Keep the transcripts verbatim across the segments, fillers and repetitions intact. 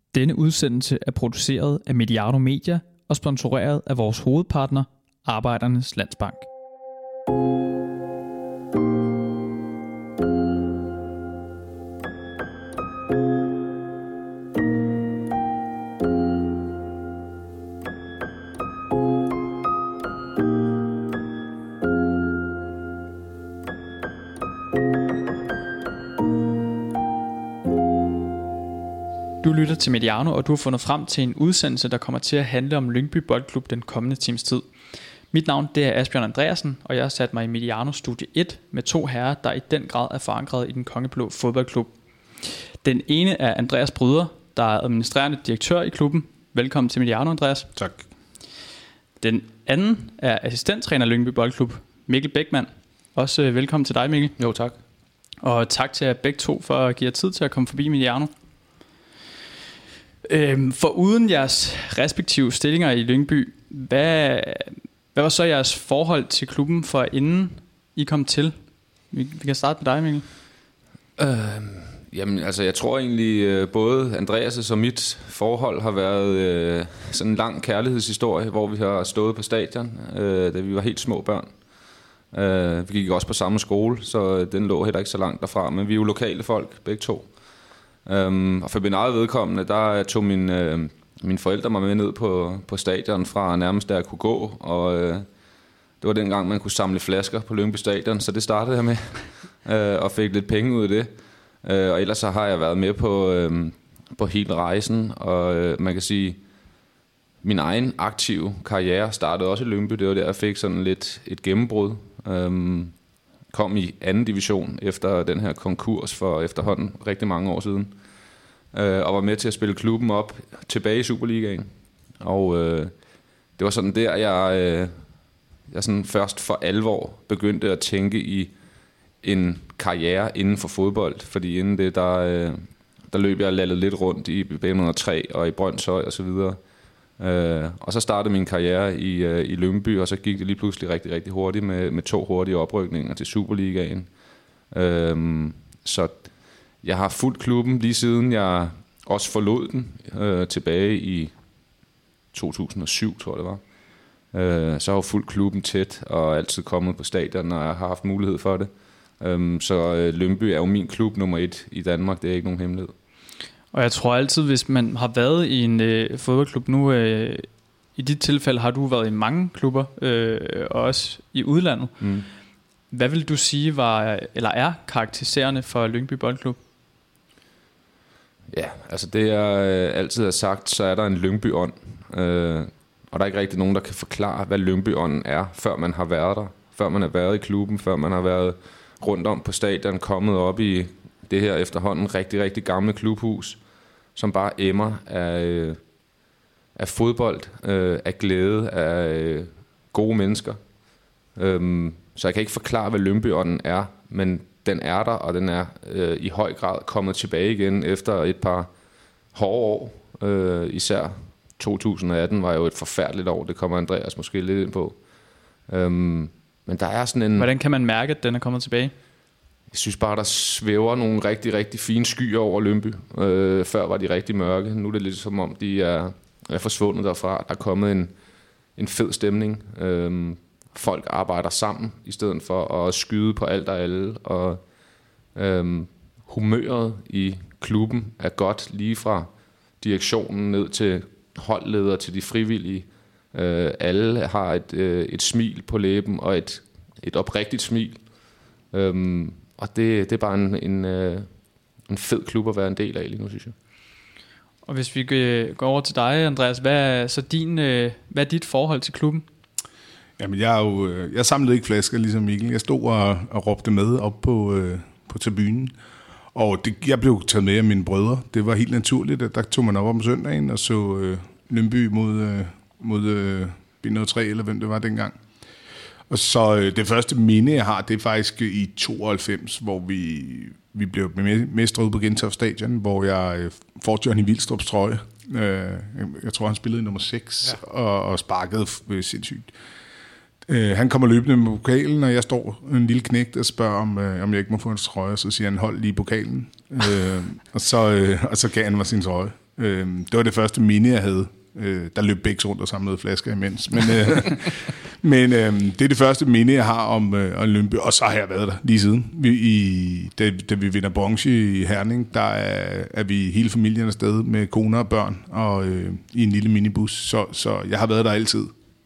Denne udsendelse er produceret af Mediano Media og sponsoreret af vores hovedpartner, Arbejdernes Landsbank. Du lytter til Mediano, og du har fundet frem til en udsendelse, der kommer til at handle om Lyngby Boldklub den kommende times tid. Mit navn det er Asbjørn Andreasen, og jeg har sat mig i Mediano Studie et med to herrer, der i den grad er forankret i den kongeblå fodboldklub. Den ene er Andreas Bryder, der er administrerende direktør i klubben. Velkommen til Mediano, Andreas. Tak. Den anden er assistenttræner i Lyngby Boldklub, Mikkel Bækman. Også velkommen til dig, Mikkel. Jo, tak. Og tak til jer begge to for at give jer tid til at komme forbi Mediano. For uden jeres respektive stillinger i Lyngby, hvad, hvad var så jeres forhold til klubben for inden I kom til? Vi, vi kan starte med dig, Mikkel. Øh, jamen, altså jeg tror egentlig både Andreas' og mit forhold har været øh, sådan en lang kærlighedshistorie, hvor vi har stået på stadion, øh, da vi var helt små børn. Øh, vi gik også på samme skole, så den lå heller ikke så langt derfra, men vi er jo lokale folk, begge to. Um, og for min eget vedkommende, der tog min, øh, mine forældre mig med ned på, på stadion fra nærmest der jeg kunne gå, og øh, det var dengang man kunne samle flasker på Lyngby Stadion, så det startede jeg med, øh, og fik lidt penge ud af det. Øh, og ellers så har jeg været med på, øh, på hele rejsen, og øh, man kan sige, min egen aktive karriere startede også i Lyngby. Det var der jeg fik sådan lidt et gennembrud. Øh, kom i anden division efter den her konkurs for efterhånden rigtig mange år siden, øh, og var med til at spille klubben op tilbage i Superligaen. Og øh, det var sådan der, jeg, øh, jeg sådan først for alvor begyndte at tænke i en karriere inden for fodbold, fordi inden det, der, øh, der løb jeg lallet lidt rundt i B et nul tre og i Brøndshøj og så videre. Uh, og så startede min karriere i, uh, i Lyngby, og så gik det lige pludselig rigtig, rigtig hurtigt med, med to hurtige oprykninger til Superligaen. Uh, så jeg har fulgt klubben lige siden jeg også forlod den uh, tilbage i to tusind og syv, tror jeg det var. Uh, så har jeg fulgt klubben tæt og altid kommet på stadion, når jeg har haft mulighed for det. Um, så uh, Lyngby er jo min klub nummer et i Danmark, det er ikke nogen hemmelighed. Og jeg tror altid, hvis man har været i en øh, fodboldklub nu, øh, i dit tilfælde har du været i mange klubber, øh, og også i udlandet. Mm. Hvad vil du sige var, eller er karakteriserende for Lyngby Boldklub? Ja, altså det jeg øh, altid har sagt, så er der en Lyngby-ånd. Øh, og der er ikke rigtig nogen, der kan forklare, hvad Lyngby-ånden er, før man har været der. Før man har været i klubben, før man har været rundt om på stadion, kommet op i det her efterhånden rigtig, rigtig gamle klubhus, som bare emmer af, af fodbold, af glæde, af gode mennesker. Så jeg kan ikke forklare, hvad Lyngby-ånden er, men den er der, og den er i høj grad kommet tilbage igen efter et par hårde år. Især to tusind og atten var jo et forfærdeligt år, det kommer Andreas måske lidt ind på. Men der er sådan en... Hvordan kan man mærke, at den er kommet tilbage? Jeg synes bare, der svæver nogle rigtig, rigtig fine skyer over Lyngby. Øh, før var de rigtig mørke. Nu er det lidt som om, de er, er forsvundet derfra. Der er kommet en, en fed stemning. Øh, folk arbejder sammen, i stedet for at skyde på alt og alle. Og øh, humøret i klubben er godt, lige fra direktionen ned til holdledere, til de frivillige. Øh, alle har et, øh, et smil på læben, og et, et oprigtigt smil. Øh, Og det, det er bare en, en, en fed klub at være en del af lige nu, synes jeg. Og hvis vi går over til dig, Andreas, hvad er, så din, hvad er dit forhold til klubben? Jamen, jeg, er jo, jeg samlede ikke flasker ligesom Mikkel. Jeg stod og, og råbte med op på, på tribunen. Og det, jeg blev taget med af mine brødre. Det var helt naturligt, at der tog man op om søndagen og så øh, Lyngby mod, øh, mod øh, B et nul tre, eller hvem det var dengang. Og så øh, det første minde, jeg har, det er faktisk i tooghalvfems, hvor vi, vi blev mestre ude på Gentofte Stadion, hvor jeg øh, får Johnny Vilstrups trøje. Øh, jeg tror, han spillede i nummer seks, ja. og, og sparkede øh, sindssygt. Øh, han kommer løbende med pokalen, og jeg står en lille knægt og spørger, om, øh, om jeg ikke må få en trøje, så siger han, hold lige pokalen. øh, og, så, øh, og så gav han mig sin trøje. Øh, det var det første minde, jeg havde. Øh, der løb begge rundt og samlede flasker imens. Men, øh, men øh, det er det første minde, jeg har om, øh, om Lyngby, og så har jeg været der lige siden. Vi, i, da, da vi vinder bronze i Herning, der er, er vi hele familien afsted med koner og børn, og øh, i en lille minibus, så, så jeg har været der altid.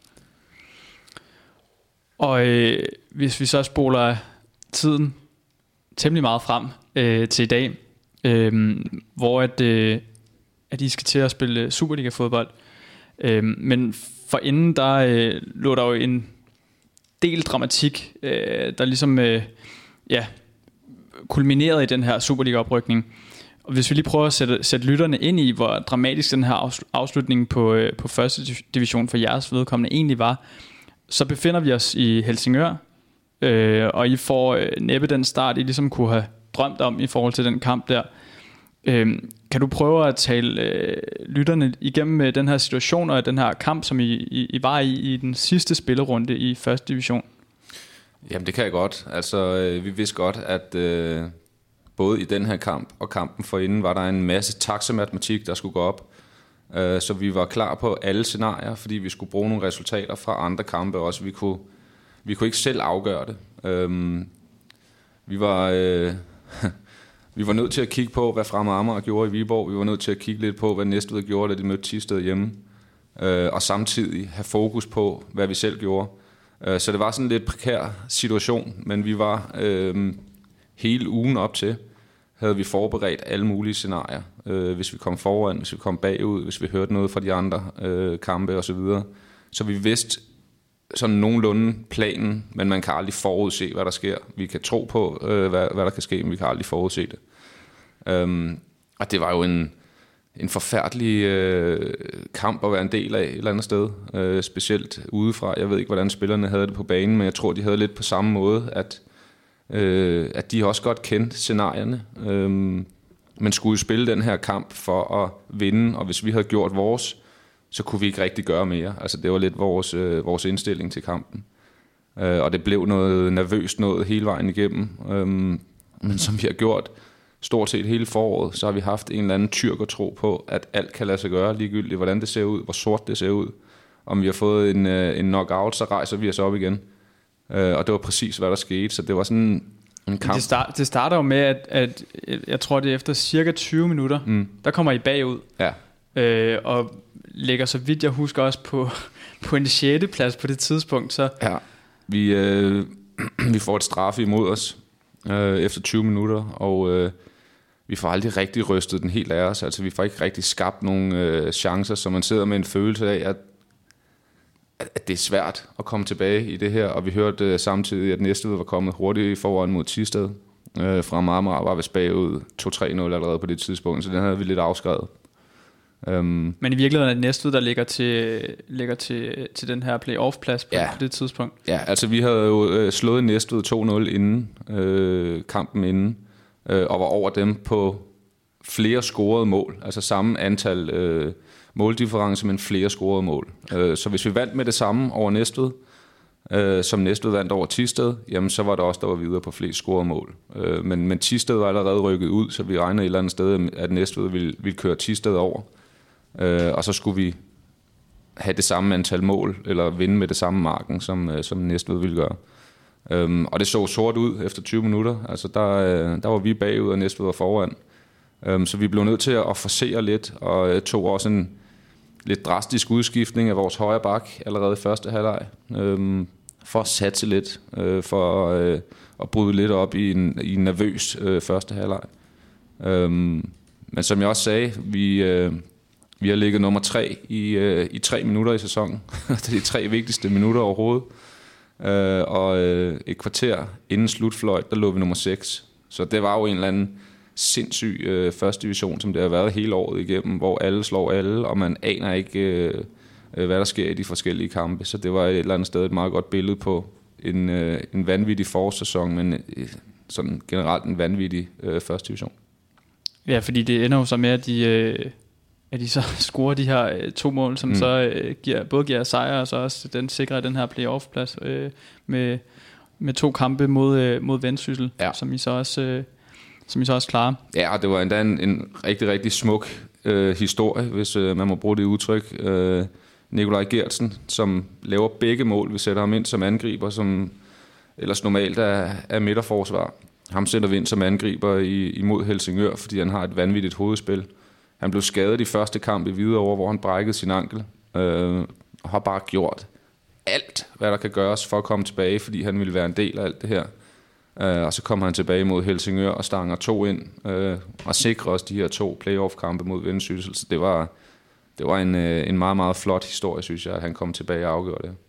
Og øh, hvis vi så spoler tiden temmelig meget frem øh, til i dag, øh, hvor at, øh, at I skal til at spille Superliga-fodbold. Øh, men forinden, der øh, lå der jo en del dramatik, øh, der ligesom øh, ja, kulminerede i den her Superliga-oprykning. Og hvis vi lige prøver at sætte, sætte lytterne ind i, hvor dramatisk den her afslutning på, øh, på første division for jeres vedkommende egentlig var, så befinder vi os i Helsingør, øh, og I får øh, næppe den start, I ligesom kunne have drømt om i forhold til den kamp der. Øh, kan du prøve at tale øh, lytterne igennem øh, den her situation og den her kamp, som I, I, I var i i den sidste spillerunde i første division? Jamen det kan jeg godt. Altså øh, vi vidste godt, at øh, både i den her kamp og kampen forinden var der en masse taxamatematik, der skulle gå op. Øh, så vi var klar på alle scenarier, fordi vi skulle bruge nogle resultater fra andre kampe også. Vi kunne, vi kunne ikke selv afgøre det. Øh, vi var... Øh, Vi var nødt til at kigge på, hvad Fremad Amager gjorde i Viborg. Vi var nødt til at kigge lidt på, hvad Næstved gjorde, da de mødte Thisted hjemme. Øh, og samtidig have fokus på, hvad vi selv gjorde. Øh, så det var sådan en lidt prekær situation, men vi var øh, hele ugen op til, havde vi forberedt alle mulige scenarier. Øh, hvis vi kom foran, hvis vi kom bagud, hvis vi hørte noget fra de andre øh, kampe osv. Så, så vi vidste sådan nogenlunde planen, men man kan aldrig forudse, hvad der sker. Vi kan tro på, øh, hvad, hvad der kan ske, men vi kan aldrig forudse det. Um, og det var jo en, en forfærdelig øh, kamp at være en del af et eller andet sted, øh, specielt udefra. Jeg ved ikke, hvordan spillerne havde det på banen, men jeg tror, de havde lidt på samme måde, at, øh, at de også godt kendte scenarierne. Um, man skulle jo spille den her kamp for at vinde, og hvis vi havde gjort vores, så kunne vi ikke rigtig gøre mere. Altså, det var lidt vores, øh, vores indstilling til kampen. Øh, og det blev noget nervøst noget hele vejen igennem. Øhm, men som vi har gjort stort set hele foråret, så har vi haft en eller anden tyrkertro på, at alt kan lade sig gøre ligegyldigt, hvordan det ser ud, hvor sort det ser ud. Om vi har fået en, øh, en knockout, så rejser vi os op igen. Øh, og det var præcis, hvad der skete. Så det var sådan en kamp. Det, start, det starter jo med, at, at jeg tror, det er efter cirka tyve minutter, mm. der kommer I bagud. Ja. Øh, og ligger, så vidt jeg husker, også på, på en sjette plads på det tidspunkt. Så. Ja, vi, øh, vi får et straffe imod os øh, efter tyve minutter, og øh, vi får aldrig rigtig rystet den helt af os. Altså, vi får ikke rigtig skabt nogle øh, chancer, så man sidder med en følelse af, at, at det er svært at komme tilbage i det her. Og vi hørte øh, samtidig, at Næstved var kommet hurtigt foran mod Thisted. Øh, fra Marmar var vist bagud to tre nul allerede på det tidspunkt, så den havde vi lidt afskrevet. Um, Men i virkeligheden er det Næstved, der ligger til, ligger til, til den her playoff-plads på, ja. på det tidspunkt. Ja, altså vi havde jo øh, slået Næstved to nul inden øh, kampen inden, øh, og var over dem på flere scorede mål. Altså samme antal øh, måldifference, men flere scorede mål. Øh, så hvis vi vandt med det samme over Næstved, øh, som Næstved vandt over Thisted, jamen så var det også der var videre på flest scorede mål. Øh, men, men Thisted var allerede rykket ud, så vi regnede et eller andet sted, at Næstved ville, ville køre Thisted over. Uh, og så skulle vi have det samme antal mål, eller vinde med det samme marken, som, uh, som Næstved ville gøre. Um, og det så sort ud efter tyve minutter. Altså der, uh, der var vi bagud, og Næstved var foran. Um, så vi blev nødt til at forsere lidt, og uh, tog også en lidt drastisk udskiftning af vores højre bak allerede i første halvleg. Um, for at satse lidt, uh, for uh, at bryde lidt op i en, i en nervøs uh, første halvleg. Um, men som jeg også sagde, vi... Uh, Vi har ligget nummer tre i, øh, i tre minutter i sæsonen. Det er de tre vigtigste minutter overhovedet. Øh, og øh, et kvarter inden slutfløjt, der lå vi nummer seks. Så det var jo en eller anden sindssyg øh, første division, som det har været hele året igennem, hvor alle slår alle, og man aner ikke, øh, hvad der sker i de forskellige kampe. Så det var et eller andet sted et meget godt billede på en, øh, en vanvittig forårssæson, men øh, sådan generelt en vanvittig øh, første division. Ja, fordi det ender jo så med, at de... Øh at de så scorer de her øh, to mål, som mm. så øh, giver, både giver sejr, og så også den sikrer den her playoff-plads øh, med, med to kampe mod, øh, mod Vendsyssel, ja. som I så også, øh, som I så også klarer. Ja, og det var endda en, en rigtig, rigtig smuk øh, historie, hvis øh, man må bruge det udtryk. Øh, Nikolaj Gertsen, som laver begge mål. Vi sætter ham ind som angriber, som ellers normalt er, er midterforsvar. Ham sætter vi ind som angriber i, imod Helsingør, fordi han har et vanvittigt hovedspil. Han blev skadet i første kamp i Hvidovre, hvor han brækkede sin ankel. Øh, og har bare gjort alt, hvad der kan gøres for at komme tilbage, fordi han ville være en del af alt det her. Øh, og så kommer han tilbage mod Helsingør og stanger to ind, øh, og sikrer også de her to playoff-kampe mod Vendsyssel. Så det var, det var en, øh, en meget, meget flot historie, synes jeg, at han kom tilbage og afgjorde det.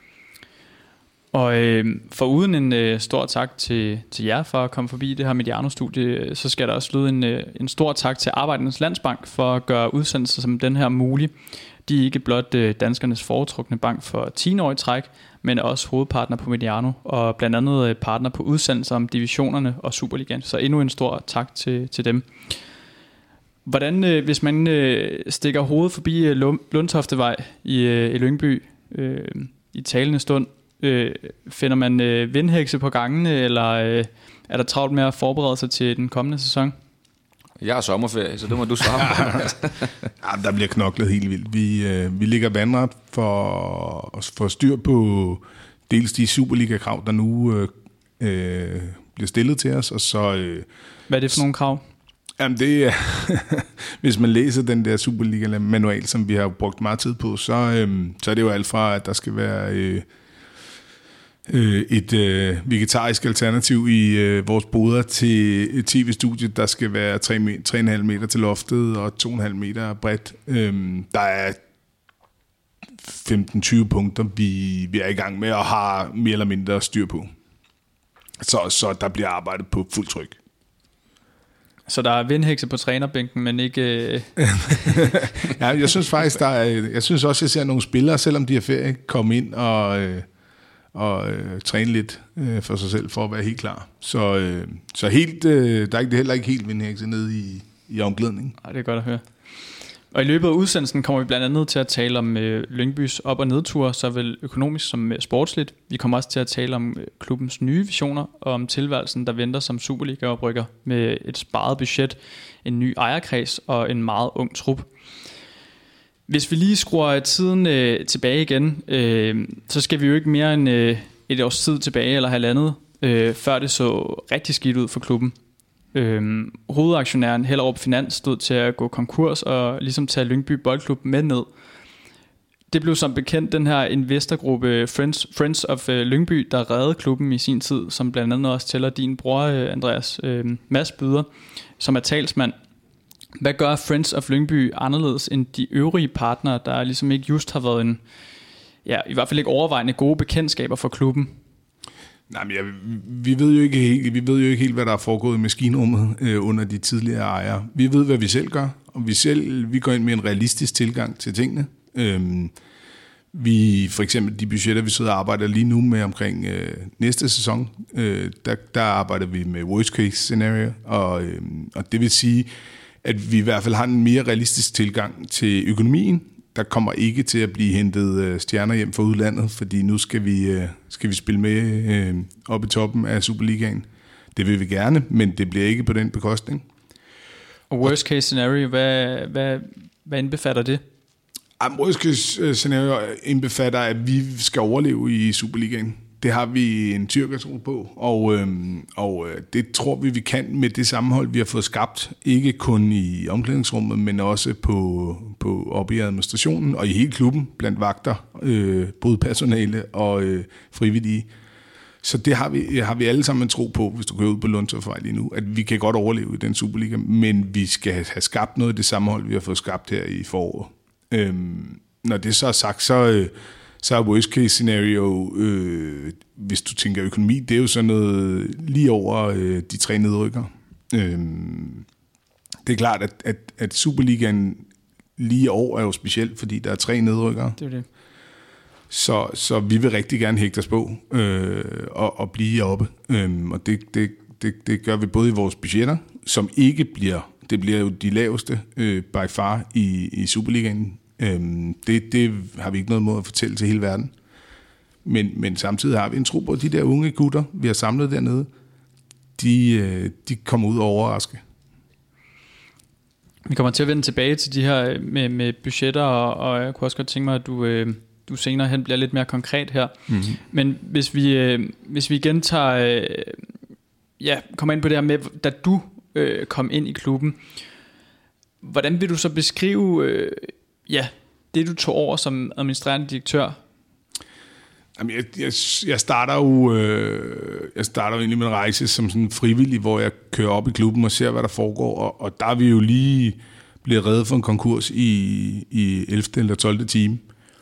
Og øh, foruden en øh, stor tak til, til jer for at komme forbi det her Mediano-studie, så skal der også lyde en, øh, en stor tak til Arbejdernes Landsbank for at gøre udsendelser som den her mulig. De er ikke blot øh, danskernes foretrukne bank for ti år i træk, men også hovedpartner på Mediano, og blandt andet øh, partner på udsendelser om divisionerne og Superligaen. Så endnu en stor tak til, til dem. Hvordan, øh, hvis man øh, stikker hovedet forbi øh, Lundtoftevej i, øh, i Lyngby øh, i talende stund, øh, finder man øh, vindhekse på gangene, eller øh, er der travlt med at forberede sig til den kommende sæson? Jeg har sommerferie, så det må du svare på. Ja, der bliver knoklet helt vildt. Vi, øh, vi ligger vandret for, for styr på dels de Superliga-krav, der nu øh, øh, bliver stillet til os. Og så, øh, Hvad er det for nogle krav? Jamen det er, hvis man læser den der Superliga-manual, som vi har brugt meget tid på, så, øh, så er det jo alt fra, at der skal være øh, øh, et øh, vegetarisk alternativ i øh, vores boder til et tv-studie, der skal være tre komma fem meter til loftet og to komma fem meter bredt. Øh, der er femten til tyve punkter, vi, vi er i gang med og har mere eller mindre styr på. Så, så der bliver arbejdet på fuld tryk. Så der er vindhekse på trænerbænken, men ikke... Øh... Ja, jeg synes faktisk, der er, jeg synes også, jeg ser nogle spillere, selvom de er ferie, komme ind og, øh, og øh, træne lidt øh, for sig selv, for at være helt klar. Så, øh, så helt, øh, der er ikke, heller ikke helt vindhekse nede i, i omklædningen. Nej, det er godt at høre. Og i løbet af udsendelsen kommer vi blandt andet til at tale om øh, Lyngbys op- og nedture, såvel økonomisk som øh, sportsligt. Vi kommer også til at tale om øh, klubbens nye visioner, og om tilværelsen, der venter som Superliga-oprykker med et sparet budget, en ny ejerkreds og en meget ung trup. Hvis vi lige skruer tiden øh, tilbage igen, øh, så skal vi jo ikke mere end øh, et års tid tilbage eller halvandet, øh, før det så rigtig skidt ud for klubben. Øhm, hovedaktionæren Hellerup Finans stod til at gå konkurs og ligesom tage Lyngby Boldklub med ned. Det blev som bekendt den her investorgruppe Friends, Friends of øh, Lyngby, der reddede klubben i sin tid, som blandt andet også tæller din bror øh, Andreas øh, Mads Byder, som er talsmand. Hvad gør Friends of Lyngby anderledes end de øvrige partnere, der ligesom ikke just har været en, ja, i hvert fald ikke overvejende gode bekendtskaber for klubben? Nej, men ja, vi ved jo ikke helt, vi ved jo ikke helt, hvad der er foregået i maskinrummet øh, under de tidligere ejere. Vi ved, hvad vi selv gør, og vi selv vi går ind med en realistisk tilgang til tingene. Øhm, vi for eksempel de budgetter, vi sidder og arbejder lige nu med omkring øh, næste sæson, øh, der, der arbejder vi med worst case scenario, og, øh, og det vil sige, at vi i hvert fald har en mere realistisk tilgang til økonomien. Der kommer ikke til at blive hentet stjerner hjem fra udlandet, fordi nu skal vi, skal vi spille med øh, oppe i toppen af Superligaen. Det vil vi gerne, men det bliver ikke på den bekostning. Og worst case scenario, hvad, hvad, hvad indbefatter det? Worst case scenario indbefatter, at vi skal overleve i Superligaen. Det har vi en tyrkertro på, og, øhm, og det tror vi, vi kan med det sammenhold, vi har fået skabt. Ikke kun i omklædningsrummet, men også på, på op i administrationen og i hele klubben, blandt vagter, øh, både personale og øh, frivillige. Så det har vi, har vi alle sammen en tro på, hvis du kører ud på Lundtoftevej lige nu, at vi kan godt overleve i den Superliga, men vi skal have skabt noget af det sammenhold, vi har fået skabt her i foråret. Øhm, når det så er sagt, så... Øh, Så er worst case scenario, øh, hvis du tænker økonomi, det er jo sådan noget lige over øh, de tre nedrykker. Øh, det er klart, at, at, at Superligaen lige i år er jo specielt, fordi der er tre nedrykkere. Det er det. Så, så vi vil rigtig gerne hægte os på øh, og, og blive oppe. Øh, og det, det, det, det gør vi både i vores budgetter, som ikke bliver, det bliver jo de laveste øh, by far i, i Superligaen. Øhm, det, det har vi ikke noget mod at fortælle til hele verden. Men, men samtidig har vi en tro på, at de der unge gutter, vi har samlet dernede, de, de kommer ud og overraske. Vi kommer til at vende tilbage til de her med, med budgetter, og, og jeg kunne også godt tænke mig, at du, øh, du senere hen bliver lidt mere konkret her. Mm-hmm. Men hvis vi, øh, hvis vi igen tager, øh, ja, kommer ind på det her med, da du øh, kom ind i klubben, hvordan vil du så beskrive øh, ja, det, du tog over som administrerende direktør? Jamen, jeg, jeg, jeg starter jo øh, jeg starter jo egentlig med en rejse som sådan frivillig, hvor jeg kører op i klubben og ser, hvad der foregår, og, og der er vi jo lige blevet reddet for en konkurs i, i ellevte eller tolvte time.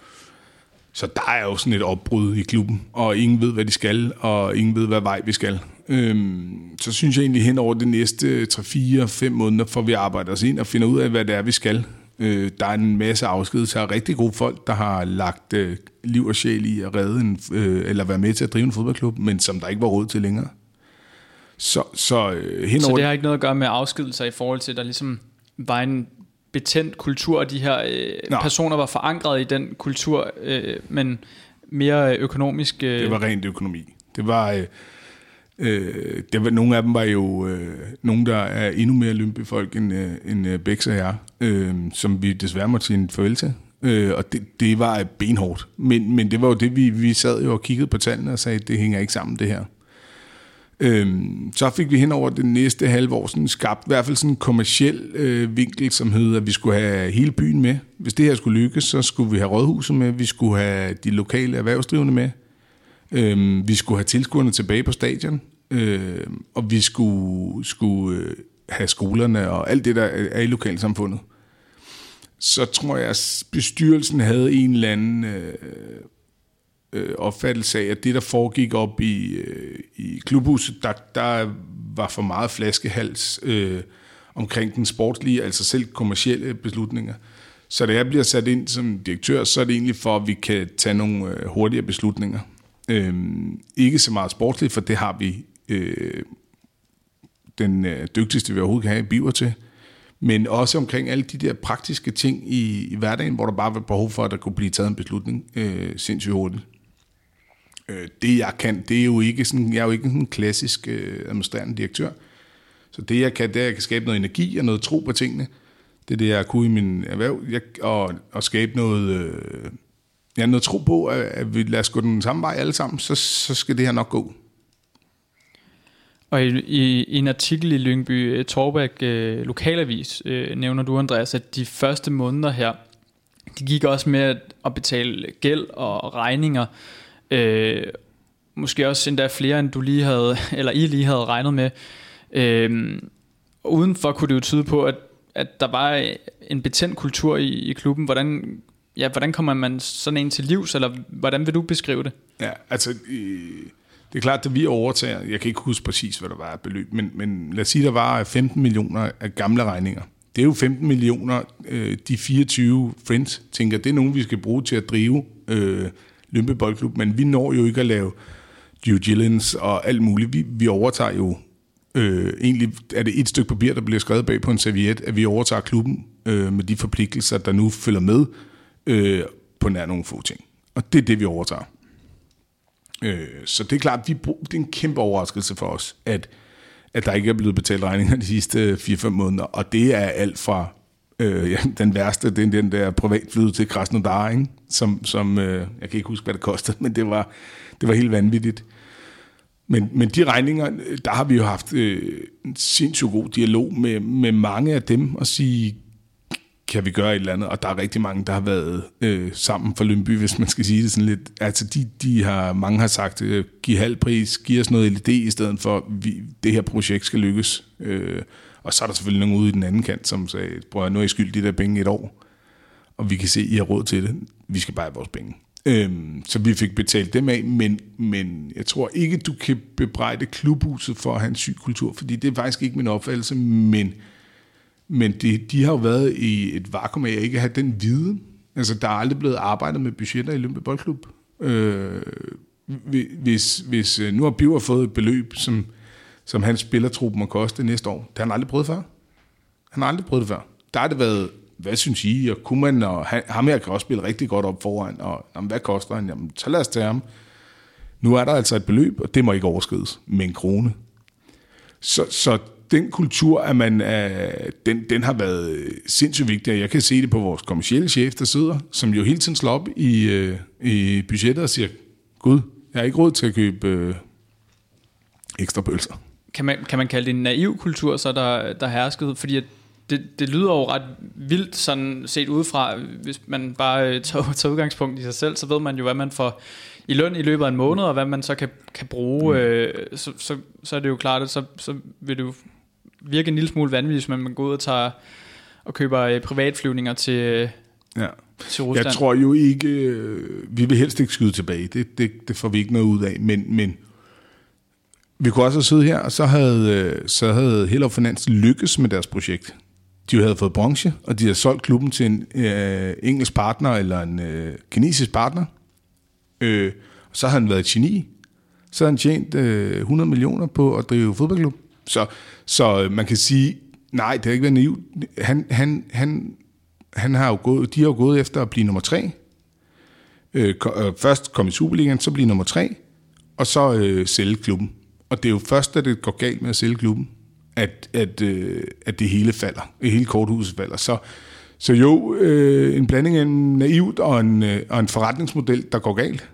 Så der er jo sådan et opbrud i klubben, og ingen ved, hvad de skal, og ingen ved, hvad vej vi skal. Øhm, så synes jeg egentlig hen over de næste tre, fire, fem måneder, får vi arbejdet os ind og finder ud af, hvad det er, vi skal. Øh, der er en masse afskedelser af rigtig gode folk, der har lagt øh, liv og sjæl i at redde en, øh, eller være med til at drive en fodboldklub, men som der ikke var råd til længere. Så, så, øh, hen så over... det har ikke noget at gøre med afskedelser i forhold til, at der ligesom var en betændt kultur, og de her øh, personer var forankret i den kultur, øh, men mere økonomisk... Øh... Det var rent økonomi. Det var... Øh, øh, det var nogle af dem var jo øh, nogle, der er endnu mere Lyngby-folk end, øh, end øh, Bæks og jeg, øh, som vi desværre måtte sige en farvel til. Øh, og det, det var benhårdt. Men, men det var jo det, vi, vi sad jo og kiggede på tallene og sagde, det hænger ikke sammen, det her. Øhm, så fik vi hen over det næste halve år sådan skabt i hvert fald sådan en kommerciel øh, vinkel, som hed, at vi skulle have hele byen med. Hvis det her skulle lykkes, så skulle vi have rådhuset med, vi skulle have de lokale erhvervsdrivende med, øhm, vi skulle have tilskuerne tilbage på stadion, øh, og vi skulle, skulle øh, have skolerne og alt det, der er i lokalsamfundet. Så tror jeg, at bestyrelsen havde en eller anden... Øh, opfattelse af, at det, der foregik op i, øh, i klubhuset, der, der var for meget flaskehals øh, omkring den sportslige, altså selv kommercielle beslutninger. Så da jeg bliver sat ind som direktør, så er det egentlig for, at vi kan tage nogle øh, hurtigere beslutninger. Øh, ikke så meget sportsligt, for det har vi øh, den øh, dygtigste, vi overhovedet kan have i Biver til, men også omkring alle de der praktiske ting i, i hverdagen, hvor der bare var behov for, at der kunne blive taget en beslutning øh, sindssygt hurtigt. Det jeg kan, det er jo ikke sådan, jeg er jo ikke en klassisk øh, administrerende direktør. Så det jeg kan, det er, at jeg kan skabe noget energi og noget tro på tingene. Det er det, jeg kunne i min erhverv. Jeg, og, og skabe noget, øh, ja, noget tro på, at, at vi lader os gå den samme vej alle sammen, så, så skal det her nok gå. Og i, i, i en artikel i Lyngby Taarbæk øh, lokalavis øh, nævner du, Andreas, at de første måneder her, de gik også med at betale gæld og regninger. Øh, måske også endda flere end du lige havde eller I lige havde regnet med. Øh, udenfor kunne det jo tyde på, at, at der var en betændt kultur i, i klubben. Hvordan, ja, hvordan kommer man sådan en til livs, eller hvordan vil du beskrive det? Ja, altså øh, det er klart, at vi overtager, jeg kan ikke huske præcis, hvad der var af beløb, men, men lad os sige, der var femten millioner af gamle regninger. Det er jo femten millioner, øh, de fireogtyve friends tænker, det er nogen, vi skal bruge til at drive øh, Lyngby Boldklub, men vi når jo ikke at lave due diligence og alt muligt. Vi, vi overtager jo, øh, egentlig er det et stykke papir, der bliver skrevet bag på en serviet, at vi overtager klubben øh, med de forpligtelser, der nu følger med øh, på nær nogle få ting. Og det er det, vi overtager. Øh, så det er klart, vi brug, det er en kæmpe overraskelse for os, at, at der ikke er blevet betalt regninger de sidste fire fem måneder, og det er alt fra Øh, ja, den værste, det er den der privatflyet til Krasnodar, ikke? Som, som øh, jeg kan ikke huske, hvad det kostede, men det var, det var helt vanvittigt. Men, men de regninger, der har vi jo haft øh, en sindssygt god dialog med, med mange af dem, og sige, kan vi gøre et eller andet? Og der er rigtig mange, der har været øh, sammen for Lyngby, hvis man skal sige det sådan lidt. Altså, de, de har, mange har sagt, øh, giv halv pris, giv os noget L E D i stedet for, vi, det her projekt skal lykkes. Øh, Og så er der selvfølgelig nogen ude i den anden kant, som sagde, prøv at nu er I skyld de der penge et år, og vi kan se, I har råd til det. Vi skal bare have vores penge. Øhm, så vi fik betalt dem af, men, men jeg tror ikke, du kan bebrejde klubhuset for at have en syg kultur, fordi det er faktisk ikke min opfattelse, men, men de, de har jo været i et vakuum af at ikke have den viden. Altså, der er aldrig blevet arbejdet med budgetter i Lyngby Boldklub. Øh, hvis, hvis nu har Biver fået et beløb, som som hans spillertrup må koste næste år. Det har han aldrig prøvet før. Han har aldrig prøvet det før. Der har det været, hvad synes I, og kunne man, og ham her kan også spille rigtig godt op foran, og jamen, hvad koster han? Jamen, så lad os tage ham. Nu er der altså et beløb, og det må ikke overskrides med en krone. Så, så den kultur, at man, uh, den, den har været sindssygt vigtig, og jeg kan se det på vores kommercielle chef, der sidder, som jo hele tiden slår op i, uh, i budgettet og siger, gud, jeg har ikke råd til at købe uh, ekstra pølser. Kan man, kan man kalde det en naiv kultur, så der, der herskede? Fordi at det, det lyder jo ret vildt sådan set udefra. Hvis man bare tager, tager udgangspunkt i sig selv, så ved man jo, hvad man får i løn i løbet af en måned, og hvad man så kan, kan bruge. Mm. Øh, så, så, så er det jo klart, at så, så vil det jo virke en lille smule vanvittigt, hvis man går ud og, tager, og køber privatflyvninger til, ja. til Rusland. Jeg tror jo ikke, vi vil helst ikke skyde tilbage. Det, det, det får vi ikke noget ud af, men... men vi kunne også have siddet her, og så havde, så havde Hellerup Finans lykkes med deres projekt. De havde fået bronze, og de havde solgt klubben til en øh, engelsk partner eller en øh, kinesisk partner. Øh, og så havde han været et geni. Så havde han tjent øh, hundrede millioner på at drive fodboldklub. Så, så man kan sige, nej, det har ikke været naivt. Han, han, han, han har jo gået, de har jo gået efter at blive nummer tre. Øh, først kom i Superligaen, så blive nummer tre, og så øh, sælge klubben. Og det er jo først, da det går galt med at sælge klubben, at, at, øh, at det hele falder. Det hele korthuset falder. Så, så jo, øh, en blanding af en naivt og en, øh, og en forretningsmodel, der går galt.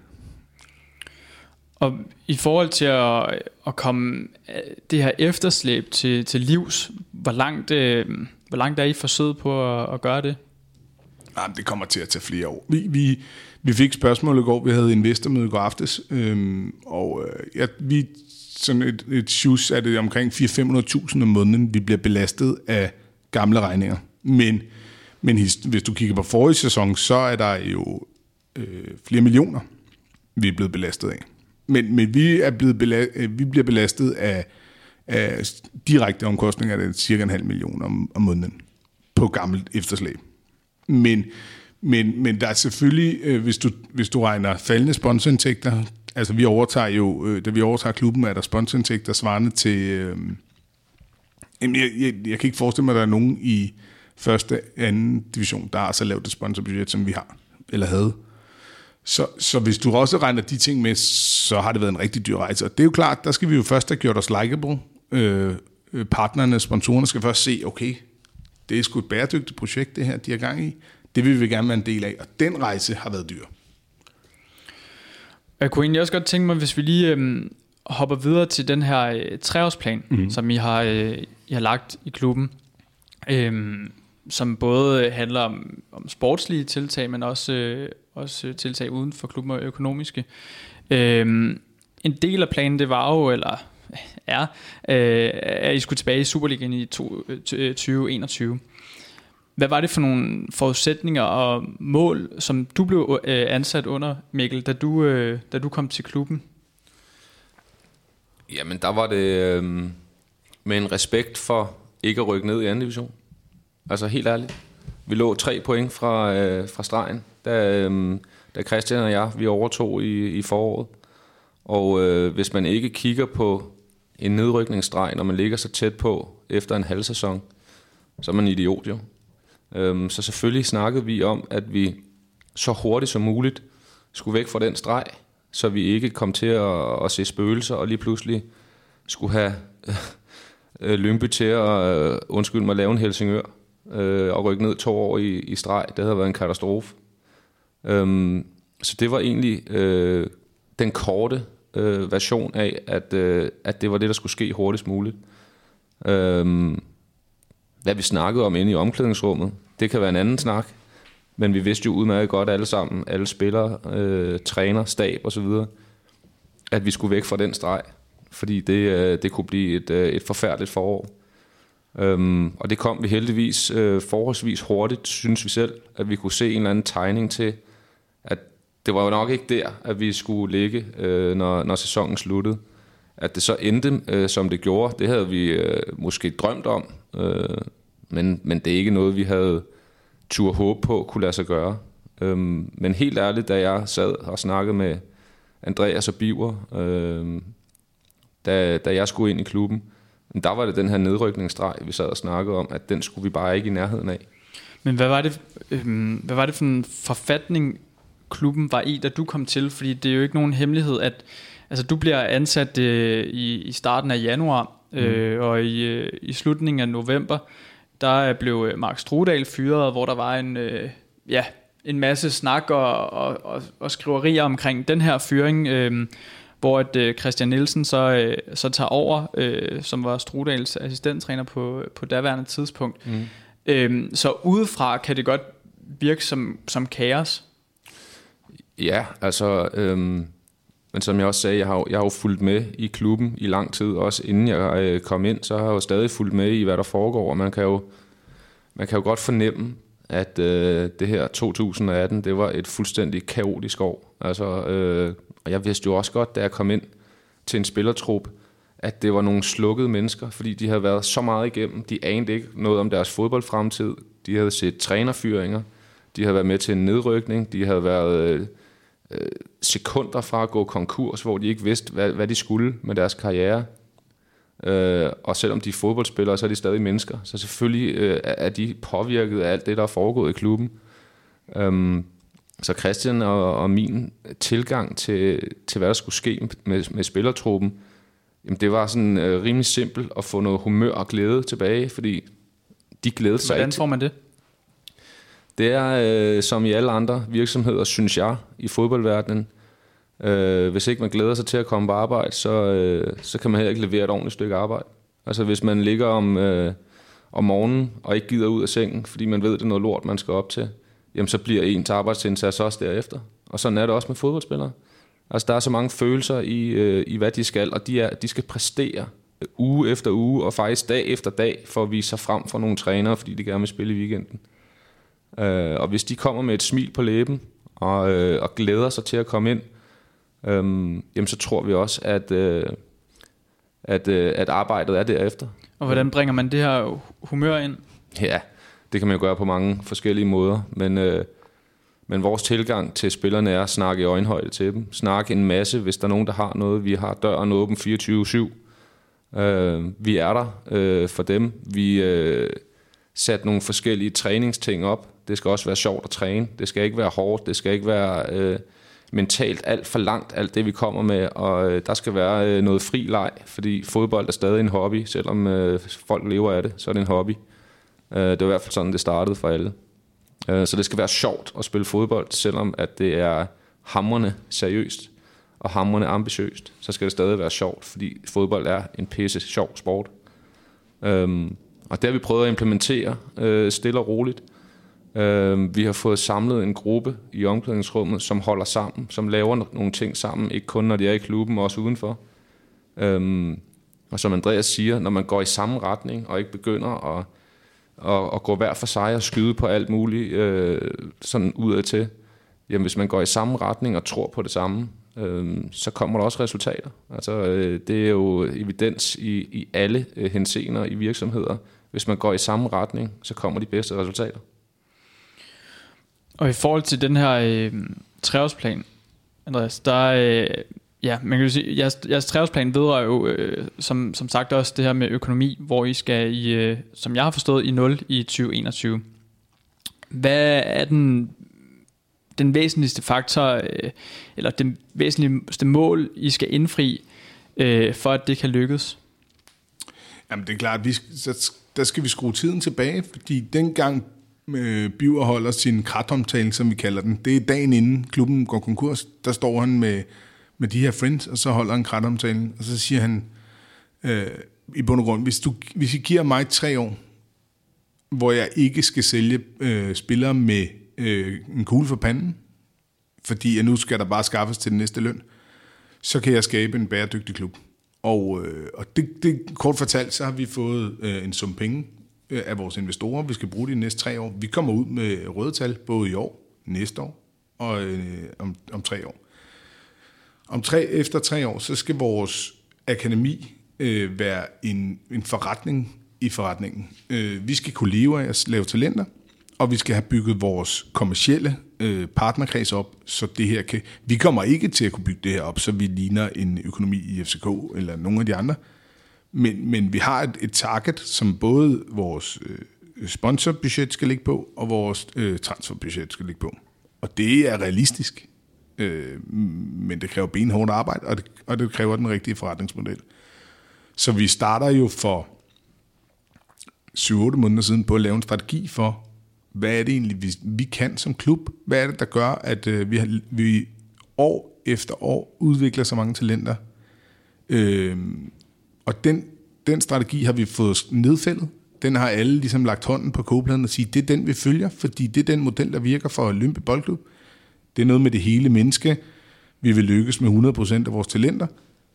Og i forhold til at, at komme det her efterslæb til, til livs, hvor langt, øh, hvor langt er I forsøget på at, at gøre det? Jamen, det kommer til at tage flere år. Vi, vi, vi fik spørgsmål i går, vi havde investormøde i går aftes, øhm, og øh, ja, vi... sådan et, et shoes er det omkring fire til fem hundrede tusind om måneden, vi bliver belastet af gamle regninger. Men, men hvis du kigger på forrige sæson, så er der jo øh, flere millioner, vi er blevet belastet af. Men, men vi, er blevet belastet, vi bliver belastet af, af direkte omkostninger, det er cirka en halv million om, om måneden på gammelt efterslæb. Men, men, men der er selvfølgelig, øh, hvis, du, hvis du regner faldende sponsorindtægter, altså vi overtager jo, øh, da vi overtager klubben, er der sponsorindtægter svarende til, øh, jeg, jeg, jeg kan ikke forestille mig, at der er nogen i første, anden division, der har så lavt et sponsorbudget, som vi har, eller havde. Så, så hvis du også regner de ting med, så har det været en rigtig dyr rejse. Og det er jo klart, der skal vi jo først have gjort os likeable. Øh, partnerne, sponsorerne skal først se, okay, det er sgu et bæredygtigt projekt, det her, de har gang i. Det vil vi gerne være en del af, og den rejse har været dyr. Jeg kunne egentlig også godt tænke mig, hvis vi lige øhm, hopper videre til den her øh, treårsplan, mm-hmm. som I har, øh, I har lagt i klubben, øhm, som både handler om, om sportslige tiltag, men også, øh, også tiltag uden for klubben og økonomiske. Øhm, en del af planen, det var jo, eller er, øh, at I skulle tilbage i Superligaen i tyve enogtyve. Hvad var det for nogle forudsætninger og mål, som du blev øh, ansat under, Mikkel, da du, øh, da du kom til klubben? Jamen, der var det øh, med en respekt for ikke at rykke ned i anden division. Altså helt ærligt. Vi lå tre point fra, øh, fra stregen, da, øh, da Christian og jeg, vi overtog i, i foråret. Og øh, hvis man ikke kigger på en nedrykningsstreg, når man ligger så tæt på efter en halv sæson, så er man idiot jo. Så selvfølgelig snakkede vi om, at vi så hurtigt som muligt skulle væk fra den streg, så vi ikke kom til at, at se spøgelser, og lige pludselig skulle have øh, Lyngby til at, øh, undskyld mig, lave en Helsingør øh, og rykke ned to år i, i streg. Det havde været en katastrofe. Øhm, så det var egentlig øh, den korte øh, version af, at, øh, at det var det, der skulle ske hurtigst muligt. Øhm, Hvad vi snakkede om inde i omklædningsrummet, det kan være en anden snak, men vi vidste jo udmærket godt alle sammen, alle spillere, øh, træner, stab osv., at vi skulle væk fra den streg, fordi det, øh, det kunne blive et, øh, et forfærdeligt forår. Øhm, og det kom vi heldigvis øh, forholdsvis hurtigt, synes vi selv, at vi kunne se en eller anden tegning til, at det var jo nok ikke der, at vi skulle ligge, øh, når, når sæsonen sluttede. At det så endte, øh, som det gjorde, det havde vi øh, måske drømt om, øh, men, men det er ikke noget, vi havde tur håb på kunne lade sig gøre. Øhm, men helt ærligt, da jeg sad og snakkede med Andreas og Biver, øh, da, da jeg skulle ind i klubben, der var det den her nedrykningsstreg, vi sad og snakkede om, at den skulle vi bare ikke i nærheden af. Men hvad var det, øh, hvad var det for en forfatning, klubben var i, da du kom til? Fordi det er jo ikke nogen hemmelighed, at altså, du bliver ansat øh, i, i starten af januar, mm. øh, og i, øh, i slutningen af november, der blev Mark Strudal fyret, hvor der var en, øh, ja, en masse snak og, og, og, og skriverier omkring den her fyring, øh, hvor at, øh, Christian Nielsen så, øh, så tager over, øh, som var Strudals assistenttræner på, på daværende tidspunkt. Mm. Øh, så udefra kan det godt virke som, som kaos. Ja, altså, øhm, men som jeg også sagde, jeg har, jeg har jo fulgt med i klubben i lang tid, også inden jeg øh, kom ind, så har jeg jo stadig fulgt med i, hvad der foregår, og man kan jo, man kan jo godt fornemme, at øh, det her to tusind atten, det var et fuldstændig kaotisk år. Altså, øh, og jeg vidste jo også godt, da jeg kom ind til en spillertrup, at det var nogle slukkede mennesker, fordi de havde været så meget igennem, de anede ikke noget om deres fodboldfremtid, de havde set trænerfyringer, de havde været med til en nedrykning, de havde været øh, øh, sekunder fra at gå konkurs, hvor de ikke vidste, hvad, hvad de skulle med deres karriere. Øh, og selvom de er fodboldspillere, så er de stadig mennesker. Så selvfølgelig øh, er de påvirket af alt det, der er foregået i klubben. Um, så Christian og, og min tilgang til, til, hvad der skulle ske med, med spillertruppen, jamen det var sådan øh, rimelig simpelt at få noget humør og glæde tilbage, fordi de glædede sig. Hvordan får man det? Det er, øh, som i alle andre virksomheder, synes jeg, i fodboldverdenen. Øh, hvis ikke man glæder sig til at komme på arbejde, så, øh, så kan man heller ikke levere et ordentligt stykke arbejde. Altså hvis man ligger om, øh, om morgenen og ikke gider ud af sengen, fordi man ved, det er noget lort, man skal op til, jamen så bliver ens arbejdsindsats også derefter. Og sådan er det også med fodboldspillere. Altså der er så mange følelser i, øh, i hvad de skal, og de, er, de skal præstere uge efter uge, og faktisk dag efter dag, for at vise sig frem for nogle trænere, fordi de gerne vil spille i weekenden. Øh, og hvis de kommer med et smil på læben, og, øh, og glæder sig til at komme ind, øh, jamen så tror vi også, at, øh, at, øh, at arbejdet er derefter. Og hvordan bringer man det her humør ind? Ja, det kan man jo gøre på mange forskellige måder, men... Øh, Men vores tilgang til spillerne er at snakke i øjenhøjde til dem. Snakke en masse, hvis der er nogen, der har noget. Vi har døren åben fireogtyve syv. Øh, vi er der øh, for dem. Vi øh, sat nogle forskellige træningsting op. Det skal også være sjovt at træne. Det skal ikke være hårdt. Det skal ikke være øh, mentalt alt for langt, alt det vi kommer med. Og øh, der skal være øh, noget fri leg, fordi fodbold er stadig en hobby. Selvom øh, folk lever af det, så er det en hobby. Øh, det er i hvert fald sådan, det startede for alle. Så det skal være sjovt at spille fodbold, selvom at det er hamrende seriøst og hamrende ambitiøst, så skal det stadig være sjovt, fordi fodbold er en pisse sjov sport. Um, og det har vi prøvet at implementere uh, stille og roligt. Uh, vi har fået samlet en gruppe i omklædningsrummet, som holder sammen, som laver nogle ting sammen, ikke kun når de er i klubben, men også udenfor. Um, og som Andreas siger, når man går i samme retning og ikke begynder at Og, og gå hver for sig og skyde på alt muligt øh, sådan udad til. Jamen hvis man går i samme retning og tror på det samme, øh, så kommer der også resultater. Altså øh, det er jo evidens i, i alle øh, henseender i virksomheder. Hvis man går i samme retning, så kommer de bedste resultater. Og i forhold til den her øh, treårsplan, Andreas, der øh, ja, man kan jo sige, jeres, jeres treårsplan vedrører jo, øh, som, som sagt også det her med økonomi, hvor I skal, i, øh, som jeg har forstået, i nul i tyve enogtyve. Hvad er den, den væsentligste faktor, øh, eller den væsentligste mål, I skal indfri, øh, for at det kan lykkes? Jamen det er klart, vi, så, der skal vi skrue tiden tilbage, fordi dengang øh, Biver holder sin kratomtale, som vi kalder den, det er dagen inden klubben går konkurs, der står han med med de her friends, og så holder han kratomtalen, og så siger han, øh, i bund og grund, hvis, du, hvis I giver mig tre år, hvor jeg ikke skal sælge øh, spillere med øh, en kugle for panden, fordi nu skal der bare skaffes til den næste løn, så kan jeg skabe en bæredygtig klub. Og, øh, og det, det kort fortalt, så har vi fået øh, en sum penge øh, af vores investorer, vi skal bruge de næste tre år. Vi kommer ud med røde tal, både i år, næste år, og øh, om, om tre år. Om tre, efter tre år, så skal vores akademi øh, være en, en forretning i forretningen. Øh, vi skal kunne leve af at lave talenter, og vi skal have bygget vores kommercielle øh, partnerkreds op, så det her kan... Vi kommer ikke til at kunne bygge det her op, så vi ligner en økonomi i F C K eller nogle af de andre, men, men vi har et, et target, som både vores øh, sponsorbudget skal ligge på, og vores øh, transferbudget skal ligge på. Og det er realistisk. Øh, men det kræver benhårdt arbejde, og det, og det kræver den rigtige forretningsmodel. Så vi starter jo for syv otte måneder siden på at lave en strategi for, hvad er det egentlig, vi, vi kan som klub? Hvad er det, der gør, at øh, vi, har, vi år efter år udvikler så mange talenter? Øh, og den, den strategi har vi fået nedfældet. Den har alle ligesom lagt hånden på kogepladen og sige, det er den, vi følger, fordi det er den model, der virker for Lyngby Boldklub. Det er noget med det hele menneske. Vi vil lykkes med hundrede procent af vores talenter.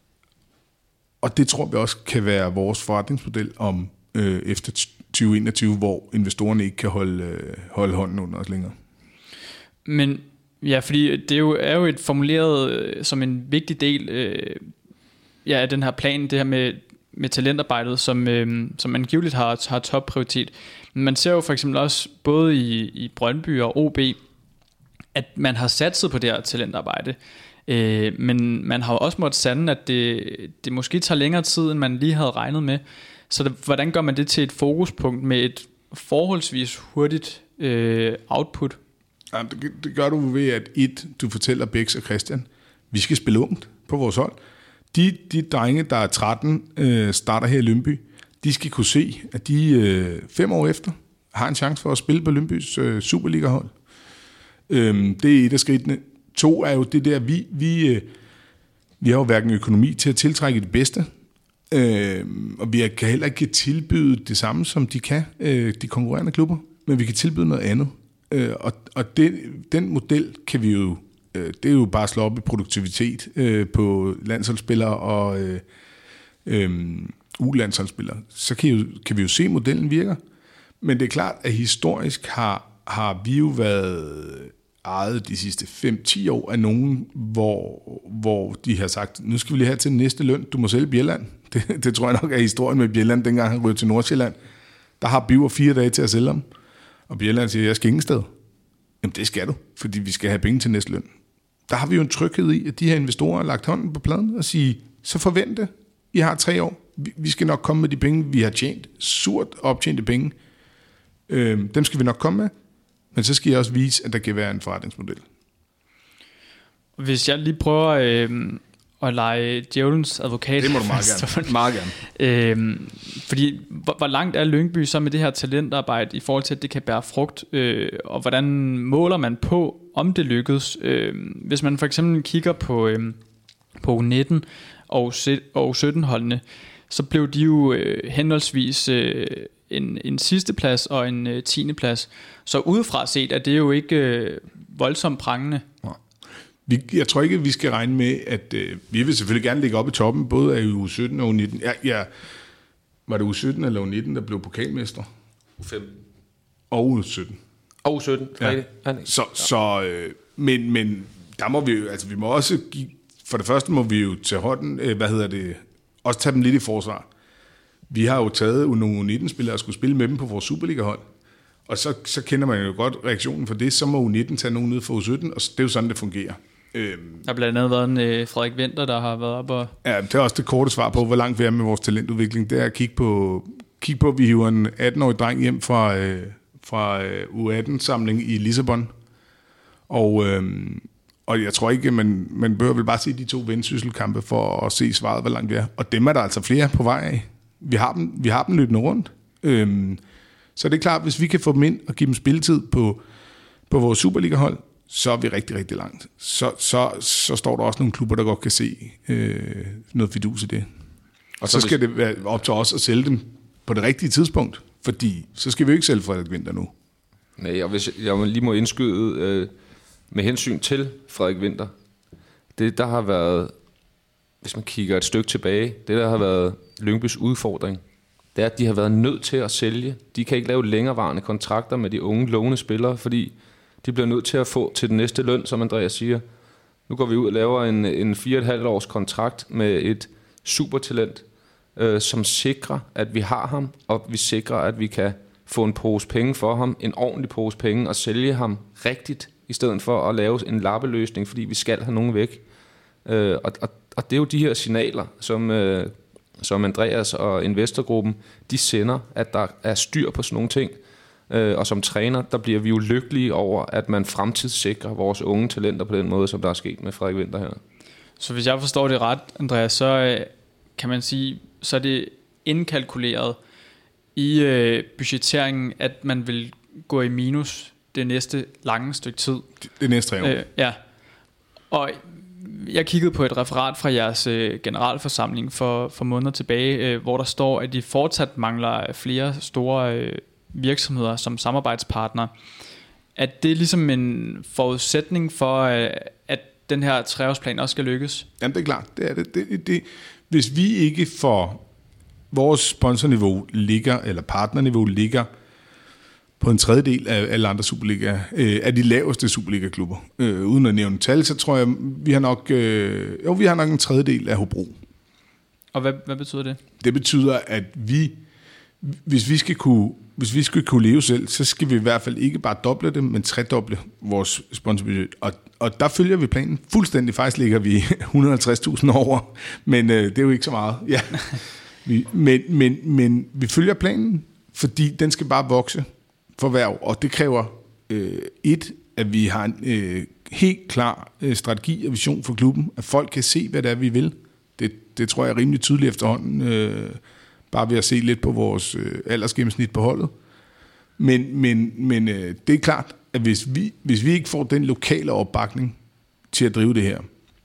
Og det tror vi også kan være vores forretningsmodel om øh, efter tyve enogtyve, hvor investorerne ikke kan holde, øh, holde hånden under os længere. Men ja, fordi det er jo, er jo et formuleret øh, som en vigtig del øh, ja, af den her plan, det her med, med talentarbejdet, som, øh, som angiveligt har, har topprioritet. Men man ser jo for eksempel også både i, i Brøndby og O B, at man har satset på det her talentarbejde. Øh, men man har jo også måttet sande, at det, det måske tager længere tid, end man lige havde regnet med. Så det, hvordan gør man det til et fokuspunkt med et forholdsvis hurtigt øh, output? Ja, det, det gør du ved, at et, du fortæller Bæks og Christian, vi skal spille ungt på vores hold. De, de drenge, der er tretten, øh, starter her i Lyngby, de skal kunne se, at de øh, fem år efter har en chance for at spille på Lyngbys øh, Superliga-hold. Øh, det er et af skridtene. To er jo det der, vi, vi, øh, vi har jo hverken økonomi til at tiltrække det bedste, øh, og vi kan heller ikke tilbyde det samme, som de kan, øh, de konkurrerende klubber, men vi kan tilbyde noget andet. Øh, og og det, den model kan vi jo, øh, det er jo bare at slå op i produktivitet øh, på landsholdsspillere og øh, øh, U-landsholdsspillere. Så kan, jo, kan vi jo se, at modellen virker. Men det er klart, at historisk har, har vi jo været ejet de sidste fem til ti år af nogen, hvor, hvor de har sagt, nu skal vi lige have til den næste løn, du må sælge Bjelland. Det, det tror jeg nok er historien med Bjelland, dengang han rød til Nordsjælland. Der har Biver fire dage til at sælge ham. Og Bjelland siger, jeg skal ingen sted. Jamen det skal du, fordi vi skal have penge til næste løn. Der har vi jo en tryghed i, at de her investorer har lagt hånden på pladen og siger, så forvente, I har tre år. Vi skal nok komme med de penge, vi har tjent. Surt optjente penge. Øhm, dem skal vi nok komme med. Men så skal jeg også vise, at der kan være en forretningsmodel. Hvis jeg lige prøver øh, at lege djævelens advokat. Det må du meget gerne. Meget gerne. Øh, fordi hvor, hvor langt er Lyngby så med det her talentarbejde i forhold til, at det kan bære frugt? Øh, og hvordan måler man på, om det lykkes? Øh, hvis man for eksempel kigger på, øh, på U nitten og, og U sytten holdene, så blev de jo øh, henholdsvis øh, en, en sidste plads og en øh, tiende plads. Så udefra set er det jo ikke øh, voldsomt prangende. Ja. Vi, jeg tror ikke, vi skal regne med, at øh, vi vil selvfølgelig gerne ligge op i toppen, både af U sytten og U nitten. Ja, ja, var det U sytten eller U nitten, der blev pokalmester? U femten. Og U sytten. Og U sytten, ja. rigtigt. Så, ja. så øh, men, men der må vi jo, altså vi må også give, for det første må vi jo tage hånden, øh, hvad hedder det, også tage dem lidt i forsvar. Vi har jo taget nogle U nitten-spillere og skulle spille med dem på vores Superliga-hold. Og så, så kender man jo godt reaktionen for det. Så må U nitten tage nogen ned for U sytten, og det er jo sådan, det fungerer. Øhm, der har blandt andet været en øh, Frederik Winther, der har været op og... Ja, det er også det korte svar på, hvor langt vi er med vores talentudvikling. Det er at kigge på, kigge på at vi hiver en atten-årig dreng hjem fra, øh, fra øh, U atten-samling i Lissabon. Og, øh, og jeg tror ikke, man, man behøver vel bare se de to vendsysselkampe for at se svaret, hvor langt vi er. Og dem er der altså flere på vej af. Vi har dem, vi har dem løbende rundt. Øhm, så det er klart, hvis vi kan få dem ind og give dem spilletid på, på vores Superliga-hold, så er vi rigtig, rigtig langt. Så, så, så står der også nogle klubber, der godt kan se øh, noget fidus i det. Og så, så skal hvis... det være op til os at sælge dem på det rigtige tidspunkt, fordi så skal vi jo ikke sælge Frederik Winther nu. Nej, og hvis jeg lige må indskyde øh, med hensyn til Frederik Winther, det der har været, hvis man kigger et stykke tilbage, det der har været Lyngbys udfordring, det er, at de har været nødt til at sælge. De kan ikke lave længerevarende kontrakter med de unge, lovende spillere, fordi de bliver nødt til at få til den næste løn, som Andreas siger. Nu går vi ud og laver en, en fire og et halvt års kontrakt med et supertalent, øh, som sikrer, at vi har ham, og vi sikrer, at vi kan få en pose penge for ham, en ordentlig pose penge, og sælge ham rigtigt, i stedet for at lave en lappeløsning, fordi vi skal have nogen væk. Øh, og, og, og det er jo de her signaler, som... Øh, som Andreas og investorgruppen, de sender, at der er styr på sådan nogle ting. Og som træner, der bliver vi jo lykkelige over, at man fremtidssikrer vores unge talenter på den måde, som der er sket med Frederik Winther her. Så hvis jeg forstår det ret, Andreas, så kan man sige, så er det indkalkuleret i øh, budgetteringen, at man vil gå i minus det næste lange stykke tid. Det, det næste tre år. Øh, ja. Og jeg kiggede på et referat fra jeres øh, generalforsamling for, for måneder tilbage, øh, hvor der står, at de fortsat mangler flere store øh, virksomheder som samarbejdspartner. At det er ligesom en forudsætning for, øh, at den her treårsplan også skal lykkes? Jamen det er klart, det er det. det, det hvis vi ikke får vores sponsorniveau ligger, eller partnerniveau ligger på en tredjedel af alle andre Superliga, øh, af de laveste Superliga-klubber. Øh, uden at nævne tal, så tror jeg, vi har nok, øh, jo, vi har nok en tredjedel af Hobro. Og hvad, hvad betyder det? Det betyder, at vi, hvis vi skal kunne, hvis vi skal kunne leve selv, så skal vi i hvert fald ikke bare doble det, men tredoble vores sponsorbudget. Og, og der følger vi planen fuldstændig. Faktisk ligger vi et hundrede og halvtreds tusind over, men øh, det er jo ikke så meget. Ja. Vi, men, men, men vi følger planen, fordi den skal bare vokse for hver år, og det kræver øh, et, at vi har en øh, helt klar øh, strategi og vision for klubben, at folk kan se, hvad det er, vi vil. Det, det tror jeg er rimelig tydeligt efterhånden, øh, bare ved at se lidt på vores øh, aldersgennemsnit på holdet. Men, men, men øh, det er klart, at hvis vi, hvis vi ikke får den lokale opbakning til at drive det her,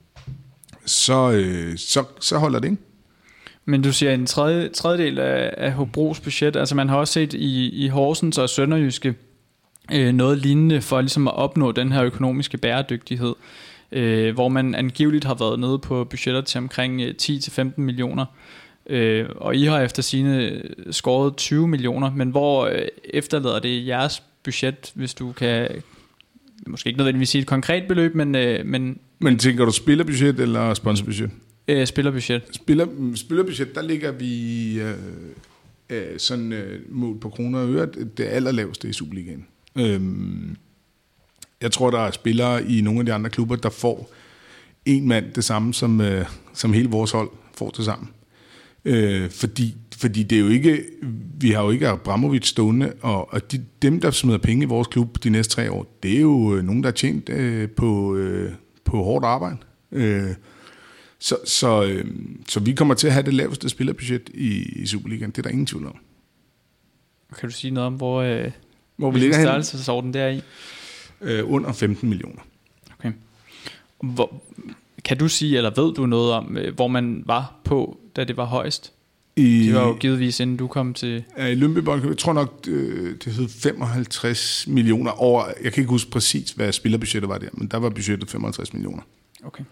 så, øh, så, så holder det ikke. Men du siger en tredje, tredjedel af, af Hobros budget. Altså man har også set i, i Horsens og Sønderjyske øh, noget lignende for ligesom at opnå den her økonomiske bæredygtighed, øh, hvor man angiveligt har været nede på budgetter til omkring ti til femten millioner. Øh, og I har efter sigende skåret tyve millioner, men hvor øh, efterlader det jeres budget, hvis du kan, måske ikke nødvendigvis sige et konkret beløb, men... Øh, men, men tænker du spillerbudget eller sponsorbudget? Øh, spillerbudget. Spiller, spillerbudget, der ligger vi øh, øh, sådan øh, mål på kroner og øre, det allerlaveste i Superligaen. Øhm, jeg tror, der er spillere i nogle af de andre klubber, der får en mand det samme, som, øh, som hele vores hold får til sammen. Øh, fordi, fordi det er jo ikke, vi har jo ikke Abramovic stående, og, og de, dem, der smider penge i vores klub de næste tre år, det er jo nogen, der er tjent øh, på, øh, på hårdt arbejde. Øh, Så, så, øh, så vi kommer til at have det laveste spillerbudget i, i Superligaen. Det er der ingen tvivl om. Kan du sige noget om, hvor, øh, hvor vi ligger størrelsesorden der i? Øh, under femten millioner. Okay. Hvor, kan du sige, eller ved du noget om, øh, hvor man var på, da det var højst? I, det var jo givetvis, inden du kom til... Ja, i Lyngby Boldklub, jeg tror nok, det hed femoghalvtreds millioner over... Jeg kan ikke huske præcis, hvad spillerbudgettet var der, men der var budgettet femoghalvtreds millioner. Okay.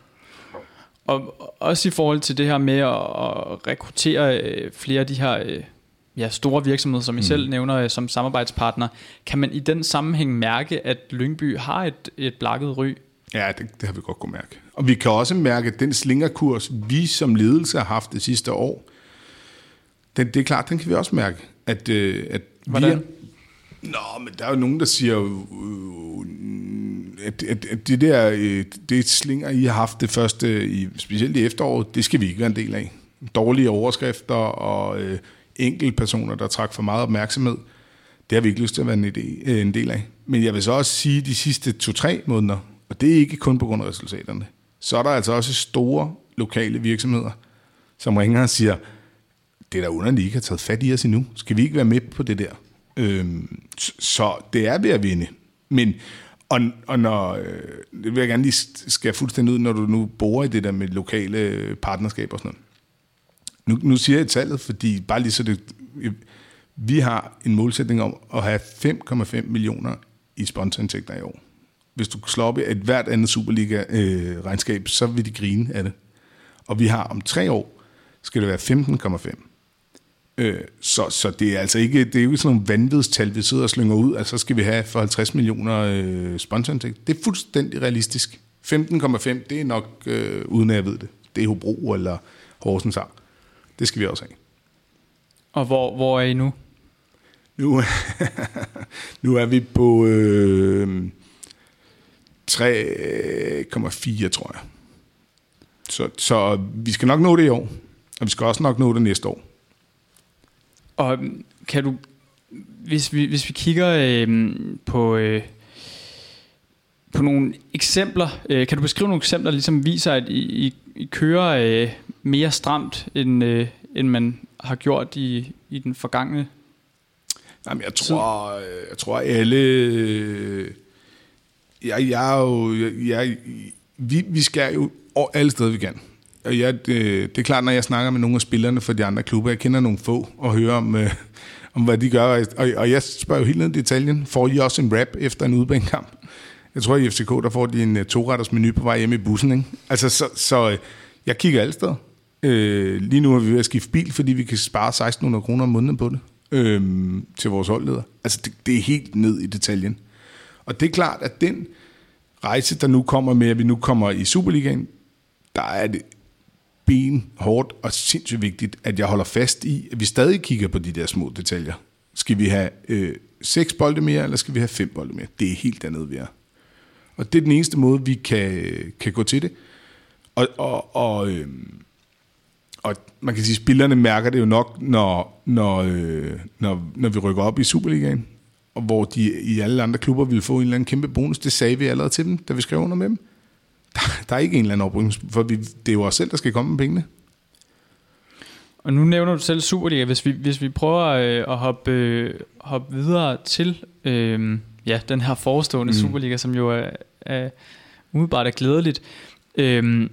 Og også i forhold til det her med at rekruttere flere af de her ja, store virksomheder, som I mm. selv nævner som samarbejdspartner, kan man i den sammenhæng mærke, at Lyngby har et, et blakket ry? Ja, det, det har vi godt kunne mærke. Og vi kan også mærke, at den slingerkurs, vi som ledelse har haft det sidste år, den, det er klart, den kan vi også mærke. At, at Hvordan? Vi er, nå, men der er jo nogen, der siger jo... At, at, at det der det slinger, I har haft det første, i, specielt i efteråret, det skal vi ikke være en del af. Dårlige overskrifter og øh, enkelte personer, der trak for meget opmærksomhed, det har vi ikke lyst til at være en, idé, øh, en del af. Men jeg vil så også sige, de sidste to-tre måneder, og det er ikke kun på grund af resultaterne, så er der altså også store lokale virksomheder, som ringer og siger, det er da underligt, I ikke har taget fat i os endnu. Skal vi ikke være med på det der? Øhm, så det er ved at vinde. Men Og, og når, øh, det vil jeg gerne lige skære fuldstændig ud, når du nu borer i det der med lokale partnerskaber og sådan noget. Nu, nu siger jeg tallet, fordi bare lige så det, vi har en målsætning om at have fem komma fem millioner i sponsorindtægter i år. Hvis du slår op i et hvert andet Superliga-regnskab, øh, så vil de grine af det. Og vi har om tre år, skal det være femten komma fem. Øh, så, så det er altså ikke, det er jo ikke sådan nogle vanvidstal, vi sidder og slynger ud, altså skal vi have for halvtreds millioner øh, sponsorindtægter. Det er fuldstændig realistisk. femten komma fem, det er nok, øh, uden at jeg ved det. Det er Hobro eller Horsens. Det skal vi også have. Og hvor, hvor er I nu? Nu, nu er vi på øh, tre komma fire, tror jeg. Så, så vi skal nok nå det i år, og vi skal også nok nå det næste år. Og kan du, hvis vi, hvis vi kigger øh, på, øh, på nogle eksempler, øh, kan du beskrive nogle eksempler, der ligesom viser, at I, I, I kører øh, mere stramt, end, øh, end man har gjort i, i den forgangne? Jamen, jeg tror, jeg tror alle... Jeg, jeg er jo... Jeg, jeg, vi, vi skal jo alle steder, vi kan. Og jeg, det, det er klart, når jeg snakker med nogle af spillerne fra de andre klubber, jeg kender nogle få og hører om, øh, om hvad de gør. Og, og jeg spørger jo helt ned i detaljen, får I også en rap efter en udbanekamp? Jeg tror, i F C K, der får de en uh, to-retters menu på vej hjem i bussen, ikke? Altså, så, så jeg kigger alle steder. Øh, lige nu er vi ved at skifte bil, fordi vi kan spare seksten hundrede kroner om måneden på det øh, til vores holdleder. Altså, det, det er helt ned i detaljen. Og det er klart, at den rejse, der nu kommer med, at vi nu kommer i Superligaen, der er det benhårdt og sindssygt vigtigt, at jeg holder fast i, at vi stadig kigger på de der små detaljer. Skal vi have øh, seks bolde mere, eller skal vi have fem bolde mere? Det er helt dernede, vi er. Og det er den eneste måde, vi kan, kan gå til det. Og, og, og, øh, og man kan sige, at spillerne mærker det jo nok, når, når, øh, når, når vi rykker op i Superligaen, og hvor de i alle andre klubber vil få en eller anden kæmpe bonus. Det sagde vi allerede til dem, da vi skrev under med dem. Der, der er ikke en eller anden oprykning, for vi, det er jo os selv, der skal komme med pengene. Og nu nævner du selv Superliga. Hvis vi, hvis vi prøver øh, at hoppe, øh, hoppe videre til øh, ja, den her forestående mm. Superliga, som jo er, er umiddelbart er glædeligt, øh,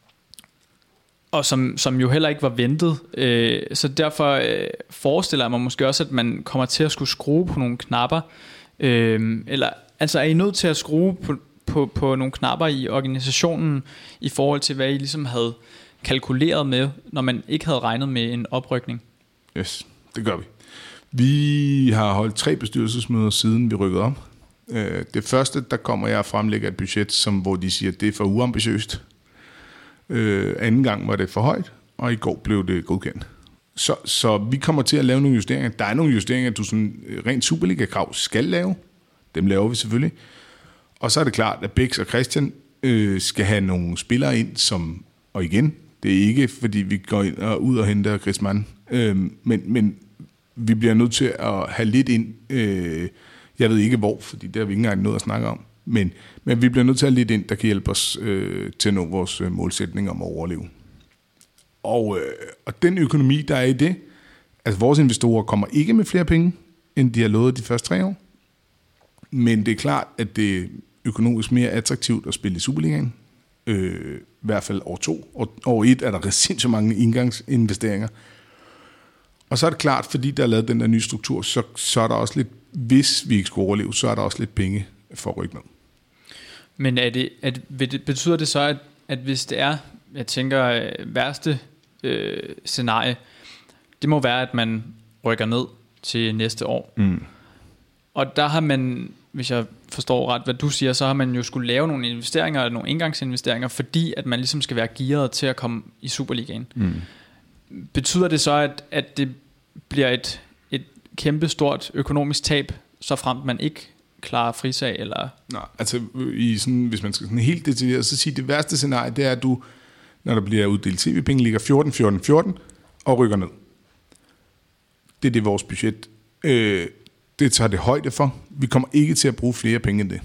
og som, som jo heller ikke var ventet. Øh, så derfor øh, forestiller jeg mig måske også, at man kommer til at skulle skrue på nogle knapper. Øh, eller, altså er I nødt til at skrue på, på, på nogle knapper i organisationen, i forhold til hvad I ligesom havde kalkuleret med, når man ikke havde regnet med en oprykning? Yes, det gør vi. Vi har holdt tre bestyrelsesmøder, siden vi rykkede op. Det første, der kommer jeg og fremlægger et budget, som, hvor de siger, at det er for uambitiøst. Øh, anden gang var det for højt, og i går blev det godkendt. Så, så vi kommer til at lave nogle justeringer. Der er nogle justeringer, du sådan rent Superliga-krav skal lave. Dem laver vi selvfølgelig. Og så er det klart, at Bæks og Christian øh, skal have nogle spillere ind, som, og igen, det er ikke, fordi vi går ind og ud og henter Griezmann, øh, men, men vi bliver nødt til at have lidt ind, øh, jeg ved ikke hvor, fordi det har vi ikke engang noget at snakke om, men, men vi bliver nødt til at have lidt ind, der kan hjælpe os øh, til at nå vores øh, målsætning om at overleve. Og, øh, og den økonomi, der er i det, altså vores investorer kommer ikke med flere penge, end de har lovet de første tre år, men det er klart, at det er økonomisk mere attraktivt at spille i Superligaen, øh, i hvert fald år to. Og år et er der sindssygt mange indgangsinvesteringer. Og så er det klart, fordi der er lavet den der nye struktur, så, så er der også lidt, hvis vi ikke skulle overleve, så er der også lidt penge for at rykke med. Men er det, at, betyder det så, at, at hvis det er, jeg tænker, værste øh, scenarie, det må være, at man rykker ned til næste år. Mm. Og der har man, hvis jeg forstår ret, hvad du siger, så har man jo skulle lave nogle investeringer, nogle engangsinvesteringer, fordi at man ligesom skal være gearet til at komme i Superligaen. Mm. Betyder det så, at, at det bliver et, et kæmpe stort økonomisk tab, så fremt man ikke klarer frisag? Eller? Nej, altså i sådan, hvis man skal sådan helt detaljeret, så sige, det værste scenarie, det er, at du, når der bliver uddelt tv-penge, ligger fjorten, fjorten, fjorten og rykker ned. Det er det vores budget. Øh, det tager det højde for. Vi kommer ikke til at bruge flere penge end det.